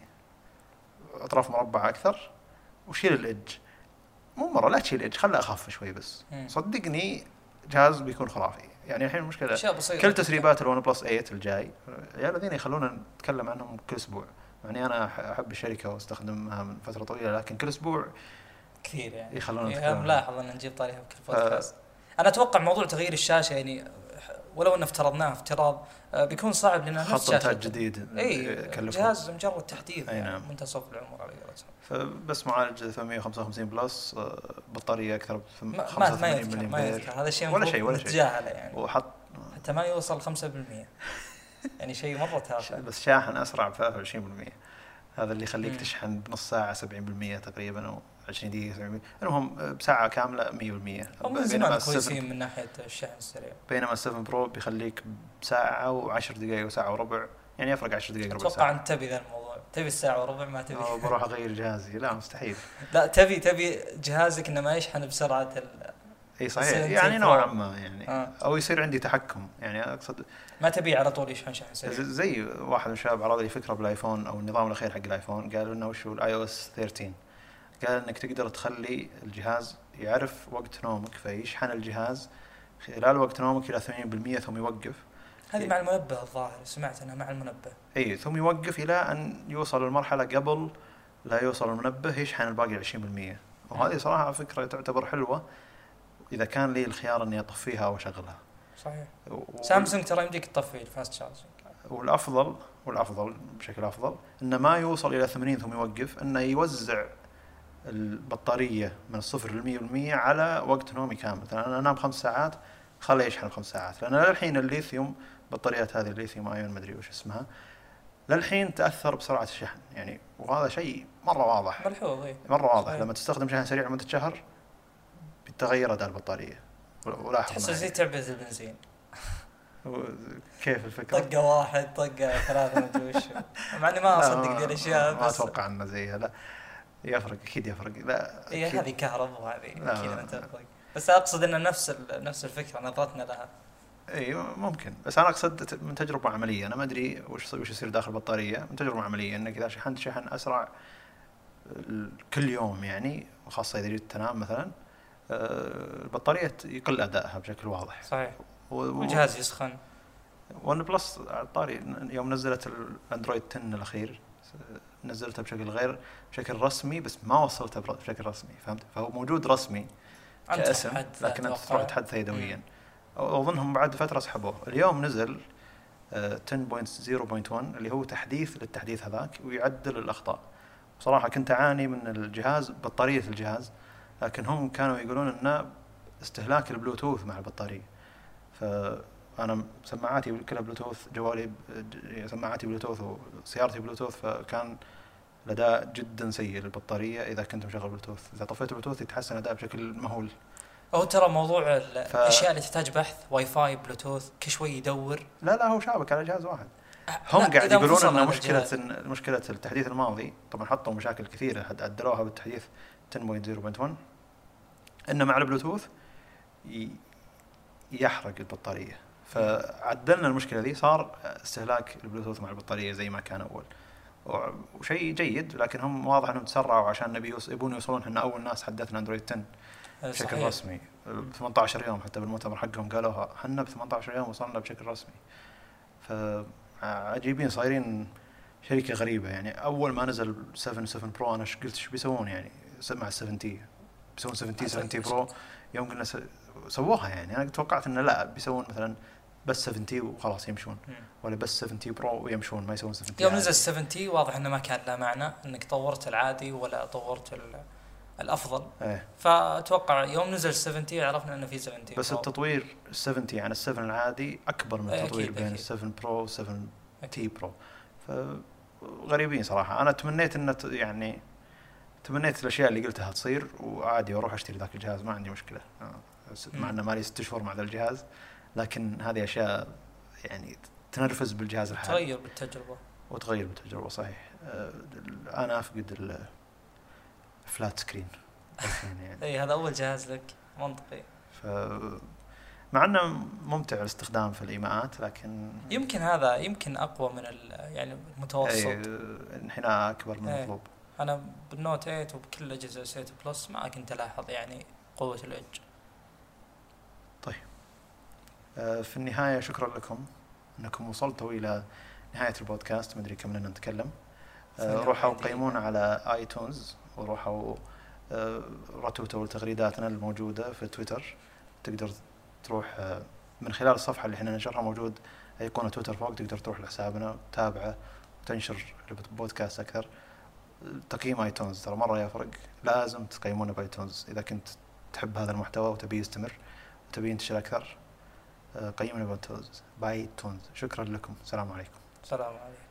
أطراف مربعة أكثر وشيل الإدج مو مرة لا تشيل الإدج خلها أخف شوي بس مم. صدقني جهاز بيكون خرافي يعني. الحين المشكلة كل تسريبات الون بلس ثمانية الجاي يا الذين يخلونا نتكلم عنهم كل أسبوع يعني. أنا أحب الشركة واستخدمها من فترة طويلة لكن كل أسبوع كثير يعني يخلونا نتكلم. ملاحظ أن نجيب طاريها بكل بودكاست. أنا أتوقع موضوع تغيير الشاشة يعني ولو أن افترضناه افتراض بيكون صعب لأن نفس شاشة جديد أي جهاز مجرد تحديث يعني نعم. منتصف العمر على قولتهم. فبس معالج ثمانمية وخمسة وخمسين بلس بطارية أكثر خمسة وثمانين ملي هذا شيء ولا شيء ولا شيء يعني وحط حتى ما يوصل خمسة بالمئة يعني شيء مرة تافه. بس شاحن أسرع بثلاثة وعشرين بالمئة هذا اللي يخليك تشحن بنص ساعة سبعين بالمئة تقريبا أو عشرين دقيقة سبعين بالمئة المهم بساعة كاملة مية بالمئة. هم زمان كويسين من ناحية الشحن السريع. بينما السفن برو بيخليك بساعة وعشر دقائق وساعة وربع يعني يفرق عشر دقائق ربع ساعة. أتوقع أنت تبي ذا الموضوع تبي الساعة وربع ما تبي. أو بروح أغير جهازي لا مستحيل. لا تبي تبي جهازك إنه ما يشحن بسرعة ال. اي صحيح يعني نوعا ما يعني آه. او يصير عندي تحكم يعني اقصد ما تبي على طول يشحن شحن سريع. زي واحد من الشباب عرض لي فكره بالايفون او النظام الاخير حق الايفون قالوا انه وش هو الاي او اس ثلاثة عشر قال انك تقدر تخلي الجهاز يعرف وقت نومك فيشحن الجهاز خلال وقت نومك الى ثمانين بالمئة ثم يوقف. هذه مع المنبه الظاهر سمعت انها مع المنبه. اي ثم يوقف الى ان يوصل المرحله قبل لا يوصل المنبه يشحن الباقي عشرين بالمئة وهذه صراحه فكره تعتبر حلوه إذا كان لي الخيار إني أطفيها أو أشغلها. صحيح. و... سامسونج ترى يمديك تطفي الفاست تشارجنج. والافضل والافضل بشكل افضل انه ما يوصل الى ثمانين ثم يوقف، انه يوزع البطاريه من الصفر للمية بالمية على وقت نومي كامل. مثلا انا انام خمس ساعات خليه يشحن خمس ساعات، لان للحين الليثيوم بطاريات هذه الليثيوم ايون ما ادري وش اسمها للحين تاثر بسرعه الشحن يعني، وهذا شيء مره واضح ملحوظ إيه؟ مره واضح. صحيح. لما تستخدم شحن سريع لمده شهر بتغير اداء البطاريه. ولاحظ تحس زي تعبئه البنزين. كيف الفكره؟ طقه واحد طقه ثلاثه ما ادري وش، مع اني ما اصدق ذي الاشياء، ما اتوقع انه زيها. لا يفرق اكيد يفرق. لا هي هذه كهرباء وهذه اكيد ما تفرق، بس اقصد ان نفس نفس الفكره نظرتنا لها. اي ممكن، بس انا اقصد من تجربه عمليه. انا ما ادري وش وش يصير داخل البطاريه، من تجربه عمليه انك اذا شحنت شحن اسرع كل يوم يعني، وخاصه اذا جيت تنام مثلا البطاريه يقل ادائها بشكل واضح. صحيح. والجهاز يسخن. ون بلس طاري يوم نزلت الاندرويد عشرة الاخير نزلتها بشكل غير بشكل رسمي، بس ما وصلتها بشكل رسمي، فهمت؟ فهو موجود رسمي كاسم، لكن انت تروح تحدثه يدويا. اظنهم بعد فتره سحبوه. اليوم نزل عشرة نقطة صفر نقطة واحد اللي هو تحديث للتحديث هذاك ويعدل الاخطاء. بصراحه كنت اعاني من الجهاز، بطاريه الجهاز، لكن هم كانوا يقولون انه استهلاك البلوتوث مع البطاريه. فانا سماعاتي كلها بلوتوث، جوالي سماعاتي بلوتوث وسيارتي بلوتوث، فكان الاداء جدا سيء للبطاريه اذا كنت مشغل بلوتوث. اذا طفيت البلوتوث يتحسن الاداء بشكل مهول. أو ترى موضوع الأشياء اللي تحتاج بحث، واي فاي، بلوتوث، كل شوي يدور. لا لا هو شابك على جهاز واحد. هم قاعد يقولون أن مشكلة مشكلة التحديث الماضي، طبعا حطوا مشاكل كثيرة عدلوها بالتحديث عشرة نقطة صفر نقطة واحد، إن مع البلوتوث يحرق البطارية. فعدلنا المشكلة ذي، صار استهلاك البلوتوث مع البطارية زي ما كان أول، وشيء جيد. لكن هم واضح أنهم تسرعوا عشان نبي يبون يوصلون. إحنا أول ناس حدثنا أندرويد عشرة بشكل صحيح. رسمي ب ثمانية عشر يوم، حتى بالمؤتمر حقهم قالوها حنا ب ثمانية عشر يوم وصلنا بشكل رسمي. فعجيبين صايرين شركة غريبة يعني. أول ما نزل سبعة سبعة برو أنا قلت إيش بيسوون يعني مع سبعة تي، بيسوون سبعة تي سبعة تي برو. يوم قلنا سووها يعني أنا توقعت إنه لا بيسوون مثلا بس سبعة تي وخلاص يمشون، ولا بس سبعة تي برو ويمشون، ما يسوون سبعة تي. يوم نزل سبعة تي واضح إنه ما كان له معنى إنك طورت العادي ولا طورت الأفضل. ايه. فأتوقع يوم نزل سبعة تي عرفنا إنه في سبعة تي. بس التطوير سبعة تي عن السبعة العادي أكبر من التطوير أكيد بين أكيد. السبعة برو وسبعة تي برو. فغريبين صراحة. أنا تمنيت إنه يعني تمنيت الأشياء اللي قلتها تصير وعادي وأروح أشتري ذاك الجهاز، ما عندي مشكلة، مع إنه مالي ست شهور مع ذا الجهاز. لكن هذه أشياء يعني تنرفز بالجهاز الحالي. تغير بالتجربة. وتغير بالتجربة صحيح. أنا أفقد ال فلات سكرين يعني. اي هذا اول جهاز لك منطقي. ف مع انه ممتع الاستخدام في الايماءات، لكن يمكن هذا يمكن اقوى من يعني المتوسط. انحناء اكبر من المطلوب. انا بالنوت ثمانية وبكل اجهزه ثمانية بلس ما كنت الاحظ يعني قوه الإدج. طيب في النهايه شكرا لكم انكم وصلتوا الى نهايه البودكاست. ما ادري كم لنا نتكلم. روحوا قيمونا على ايتونز، وروحوا رتوتوا تغريداتنا الموجودة في تويتر. تقدر تروح من خلال الصفحة اللي احنا ننشرها، موجود أيقونة تويتر فوق، تقدر تروح لحسابنا وتتابعه وتنشر البودكاست أكثر. تقييم ايتونز ترى مرة يفرق، لازم تقيمونا بايتونز إذا كنت تحب هذا المحتوى وتبي يستمر وتبي ينتشر أكثر. قيمنا بايتونز. شكرا لكم. السلام عليكم. السلام عليكم.